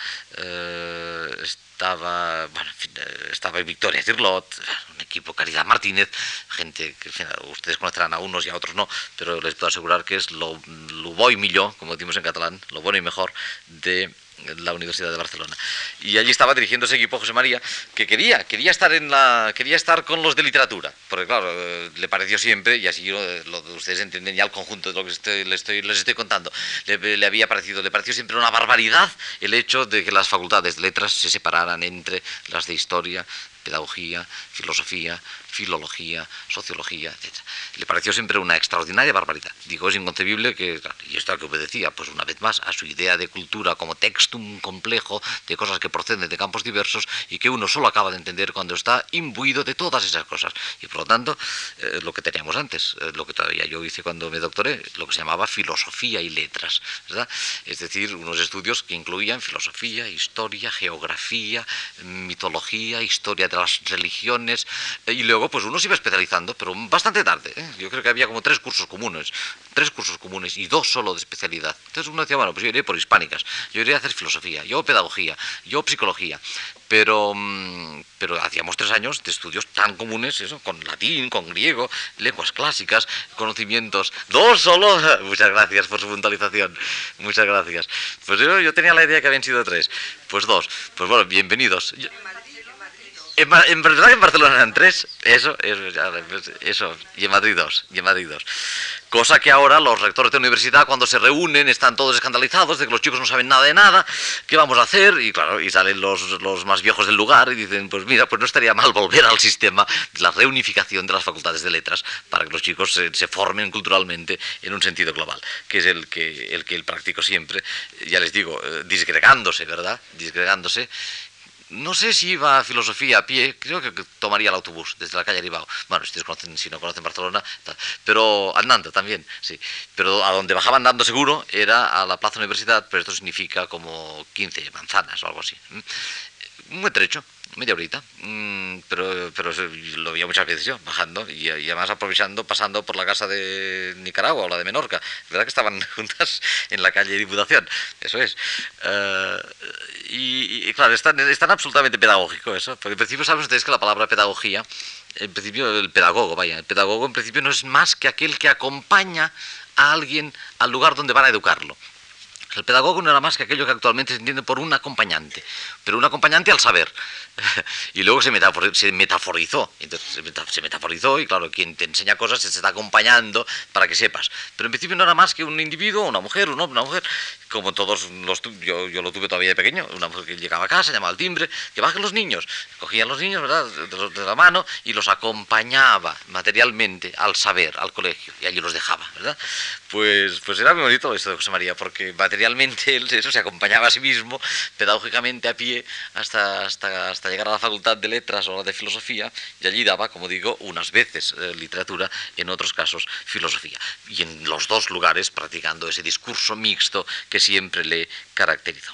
eh, estaba, bueno, en fin, estaba Victoria Cirlot, un equipo, Caridad Martínez, gente que en fin, ustedes conocerán a unos y a otros no, pero les puedo asegurar que es lo, lo bo y millor, como decimos en catalán, lo bueno y mejor de la Universidad de Barcelona. Y allí estaba dirigiendo ese equipo José María, que quería, quería estar en la, quería estar con los de literatura, porque claro, le pareció siempre, y así lo, lo, ustedes entienden ya el conjunto de lo que estoy, les, estoy, les estoy contando, le, le había parecido, le pareció siempre una barbaridad el hecho de que las facultades de letras se separaran entre las de historia, pedagogía, filosofía, filología, sociología, etcétera. Le pareció siempre una extraordinaria barbaridad. Digo, es inconcebible que, y esto a que obedecía, pues una vez más, a su idea de cultura como textum complejo, de cosas que proceden de campos diversos y que uno solo acaba de entender cuando está imbuido de todas esas cosas. Y por lo tanto, eh, lo que teníamos antes, eh, lo que todavía yo hice cuando me doctoré, lo que se llamaba filosofía y letras, ¿verdad? Es decir, unos estudios que incluían filosofía, historia, geografía, mitología, historia de las religiones, eh, y luego pues uno se iba especializando, pero bastante tarde, ¿eh? Yo creo que había como tres cursos comunes, tres cursos comunes y dos solo de especialidad. Entonces uno decía, bueno, pues yo iré por hispánicas, yo iré a hacer filosofía, yo pedagogía, yo psicología, pero, pero hacíamos tres años de estudios tan comunes, eso, con latín, con griego, lenguas clásicas, conocimientos. ¿Dos solo? Muchas gracias por su puntualización, muchas gracias. Pues yo, yo tenía la idea que habían sido tres, pues dos. Pues bueno, bienvenidos. Yo, En, en verdad que en Barcelona eran tres, eso, eso, eso, y en Madrid dos, y en Madrid dos. Cosa que ahora los rectores de universidad cuando se reúnen están todos escandalizados de que los chicos no saben nada de nada, ¿qué vamos a hacer? Y claro, y salen los, los más viejos del lugar y dicen, pues mira, pues no estaría mal volver al sistema de la reunificación de las facultades de letras para que los chicos se, se formen culturalmente en un sentido global, que es el que el que el practico siempre, ya les digo, disgregándose, ¿verdad? Disgregándose. No sé si iba a filosofía a pie, creo que tomaría el autobús desde la calle Aribao. Bueno, si ustedes conocen, si no conocen Barcelona, tal. Pero andando también, sí. Pero a donde bajaba andando seguro era a la Plaza Universidad, pero esto significa como quince manzanas o algo así. Un buen trecho, media horita, mm, pero, pero lo veía muchas veces yo, bajando, y, y además aprovechando, pasando por la casa de Nicaragua o la de Menorca, verdad que estaban juntas en la calle Diputación, eso es. Uh, y, y claro, es tan, es tan absolutamente pedagógico eso, porque en principio saben ustedes que la palabra pedagogía, en principio el pedagogo, vaya, el pedagogo en principio no es más que aquel que acompaña a alguien al lugar donde van a educarlo. El pedagogo no era más que aquello que actualmente se entiende por un acompañante, pero un acompañante al saber. Y luego se, metafor se metaforizó, entonces se, meta se metaforizó y claro, quien te enseña cosas se está acompañando para que sepas. Pero en principio no era más que un individuo, una mujer, un hombre, una mujer, como todos los yo, yo lo tuve todavía de pequeño, una mujer que llegaba a casa, llamaba al timbre, que bajen los niños, cogían los niños, ¿verdad?, de, de la mano y los acompañaba materialmente al saber, al colegio, y allí los dejaba, ¿verdad? Pues, pues era muy bonito esto de José María, porque materialmente él eso, se acompañaba a sí mismo, pedagógicamente a pie, hasta, hasta, hasta llegar a la Facultad de Letras o de Filosofía, y allí daba, como digo, unas veces eh, literatura, en otros casos filosofía. Y en los dos lugares practicando ese discurso mixto que siempre le caracterizó.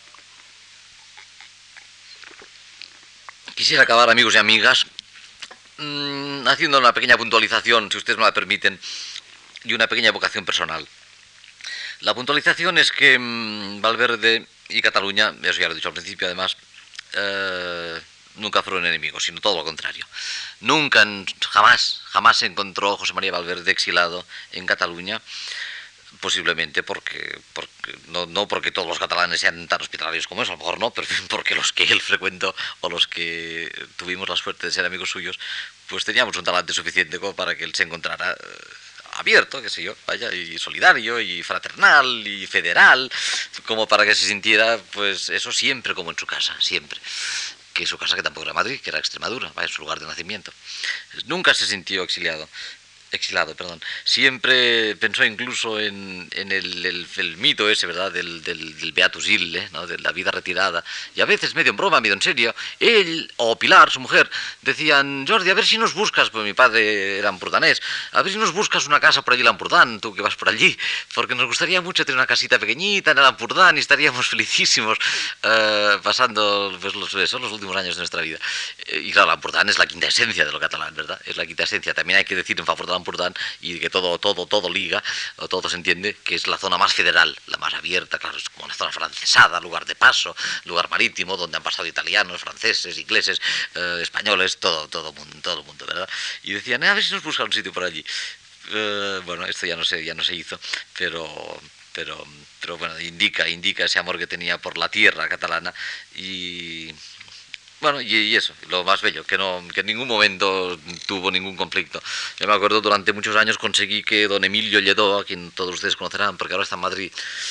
Quisiera acabar, amigos y amigas, mmm, haciendo una pequeña puntualización, si ustedes me la permiten, y una pequeña evocación personal. La puntualización es que mmm, Valverde y Cataluña, eso ya lo he dicho al principio además, eh, nunca fueron enemigos, sino todo lo contrario. Nunca, jamás, jamás se encontró José María Valverde exilado en Cataluña, posiblemente porque, porque no, no porque todos los catalanes sean tan hospitalarios como eso, a lo mejor no, pero porque los que él frecuentó o los que tuvimos la suerte de ser amigos suyos, pues teníamos un talante suficiente como para que él se encontrara eh, abierto, qué sé yo, vaya, y solidario, y fraternal, y federal, como para que se sintiera, pues eso siempre como en su casa, siempre. Que su casa, que tampoco era Madrid, que era Extremadura, vaya, su lugar de nacimiento. Nunca se sintió exiliado. Exilado, perdón. Siempre pensó incluso en, en el, el, el mito ese, ¿verdad?, del, del, del Beatus Ille, ¿no?, de la vida retirada. Y a veces, medio en broma, medio en serio, él o Pilar, su mujer, decían: Jordi, a ver si nos buscas, pues mi padre era ampurdanés, a ver si nos buscas una casa por allí en Ampurdán, tú que vas por allí, porque nos gustaría mucho tener una casita pequeñita en el Ampurdán y estaríamos felicísimos eh, pasando pues, los, son los últimos años de nuestra vida. Y claro, Ampurdán es la quinta esencia de lo catalán, ¿verdad? Es la quinta esencia. También hay que decir en favor de Ampurdán, y que todo, todo, todo liga, o todo se entiende, que es la zona más federal, la más abierta, claro, es como una zona francesada, lugar de paso, lugar marítimo, donde han pasado italianos, franceses, ingleses, eh, españoles, todo, todo mundo, todo el mundo, ¿verdad? Y decían, a ver si nos busca un sitio por allí. Eh, bueno, esto ya no se, ya no se hizo, pero... Pero, pero bueno, indica, indica ese amor que tenía por la tierra catalana y... Bueno, y, y eso, lo más bello, que, no, que en ningún momento tuvo ningún conflicto. Yo me acuerdo, durante muchos años conseguí que don Emilio Lledó, a quien todos ustedes conocerán, porque ahora está en Madrid,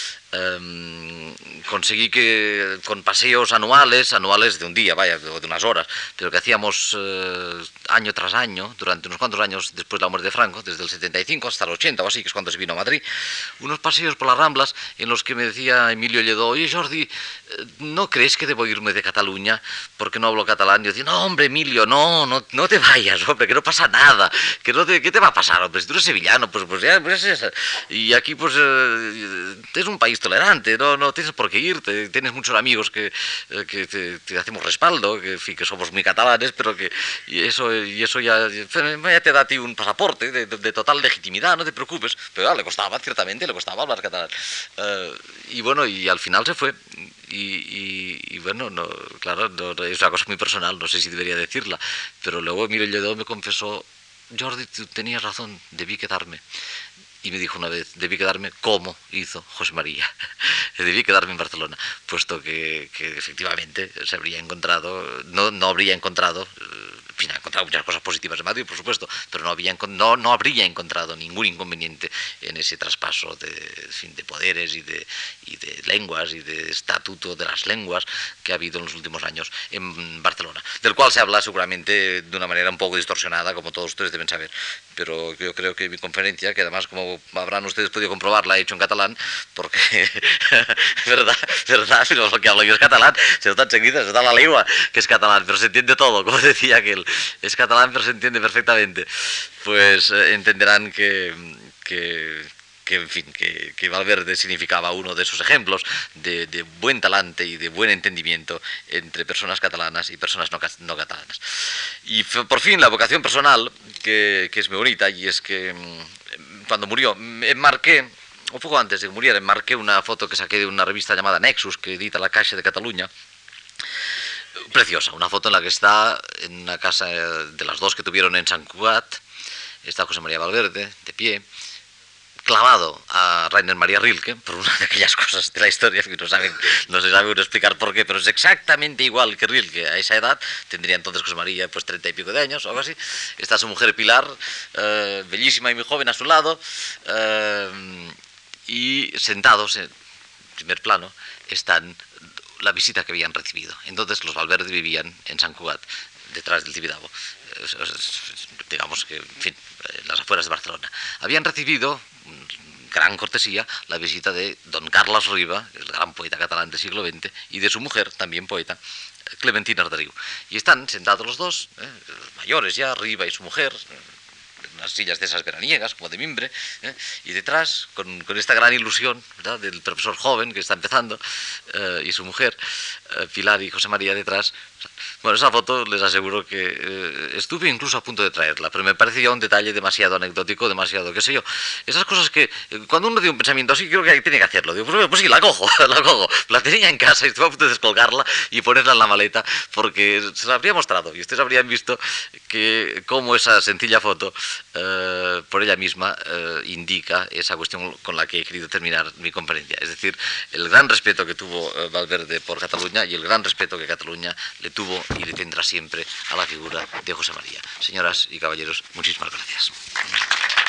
eh, conseguí que con paseos anuales, anuales de un día, vaya, de, de unas horas, pero que hacíamos eh, año tras año, durante unos cuantos años después de la muerte de Franco, desde el setenta y cinco hasta el ochenta o así, que es cuando se vino a Madrid, unos paseos por las Ramblas en los que me decía Emilio Lledó: oye Jordi, ¿no crees que debo irme de Cataluña porque no hablo catalán? Y yo decía: no, hombre, Emilio, no, no, no te vayas, hombre, que no pasa nada, que no te, ¿qué te va a pasar, hombre? Si tú eres sevillano, pues, pues ya, pues es, y aquí pues eh, es un país tolerante, no, no tienes por qué irte, tienes muchos amigos que, que te, te hacemos respaldo, que, en fin, que somos muy catalanes, pero que y eso, y eso ya, ya te da a ti un pasaporte de, de, de total legitimidad, no te preocupes, pero ah, le costaba, ciertamente, le costaba hablar catalán. Uh, y bueno, y al final se fue. Y, y, y bueno, no, claro, no, es una cosa muy personal, no sé si debería decirla, pero luego Emilio Lledó me confesó: Jordi, tú tenías razón, debí quedarme. Y me dijo una vez: debí quedarme como hizo José María, debí quedarme en Barcelona, puesto que, que efectivamente se habría encontrado, no, no habría encontrado, en fin, ha encontrado muchas cosas positivas en Madrid, por supuesto, pero no, había, no, no habría encontrado ningún inconveniente en ese traspaso de, en fin, de poderes y de, y de lenguas y de estatuto de las lenguas que ha habido en los últimos años en Barcelona, del cual se habla seguramente de una manera un poco distorsionada, como todos ustedes deben saber, pero yo creo que mi conferencia, que además, como habrán ustedes podido comprobar, la he hecho en catalán, porque, verdad, verdad, lo que hablo yo es catalán, se nota enseguida, se da la lengua que es catalán, pero se entiende todo, como decía aquel, es catalán pero se entiende perfectamente. Pues eh, entenderán que, que, que, en fin, que, que Valverde significaba uno de esos ejemplos de, de buen talante y de buen entendimiento entre personas catalanas y personas no, no catalanas. Y por fin la vocación personal, que, que es muy bonita, y es que cuando murió, enmarqué, un poco antes de que muriera, enmarqué una foto que saqué de una revista llamada Nexus, que edita la Caixa de Cataluña. Preciosa, una foto en la que está en una casa de las dos que tuvieron en Sant Cugat, está José María Valverde, de pie, clavado a Rainer María Rilke, por una de aquellas cosas de la historia que no, saben, no se sabe uno explicar por qué, pero es exactamente igual que Rilke a esa edad. Tendría entonces José María pues treinta y pico de años o algo así. Está su mujer Pilar, eh, bellísima y muy joven, a su lado, eh, y sentados en primer plano están la visita que habían recibido. Entonces los Valverde vivían en Sant Cugat, detrás del Tibidabo, digamos que, en fin, en las afueras de Barcelona. Habían recibido, gran cortesía, la visita de don Carlos Riba, el gran poeta catalán del siglo veinte, y de su mujer, también poeta, Clementina Arderiu. Y están sentados los dos, eh, mayores ya, Riba y su mujer, unas sillas de esas veraniegas, como de mimbre, ¿eh? Y detrás, con, con esta gran ilusión, ¿verdad?, del profesor joven que está empezando, eh, y su mujer, eh, Pilar y José María detrás. Bueno, esa foto les aseguro que eh, estuve incluso a punto de traerla, pero me parece ya un detalle demasiado anecdótico, demasiado, qué sé yo. Esas cosas que eh, cuando uno tiene un pensamiento así, creo que tiene que hacerlo. Digo, pues, pues sí, la cojo, la cojo. La tenía en casa y estuve a punto de descolgarla y ponerla en la maleta, porque se la habría mostrado y ustedes habrían visto que cómo esa sencilla foto, eh, por ella misma, eh, indica esa cuestión con la que he querido terminar mi conferencia. Es decir, el gran respeto que tuvo eh, Valverde por Cataluña y el gran respeto que Cataluña le tuvo y le tendrá siempre a la figura de José María. Señoras y caballeros, muchísimas gracias.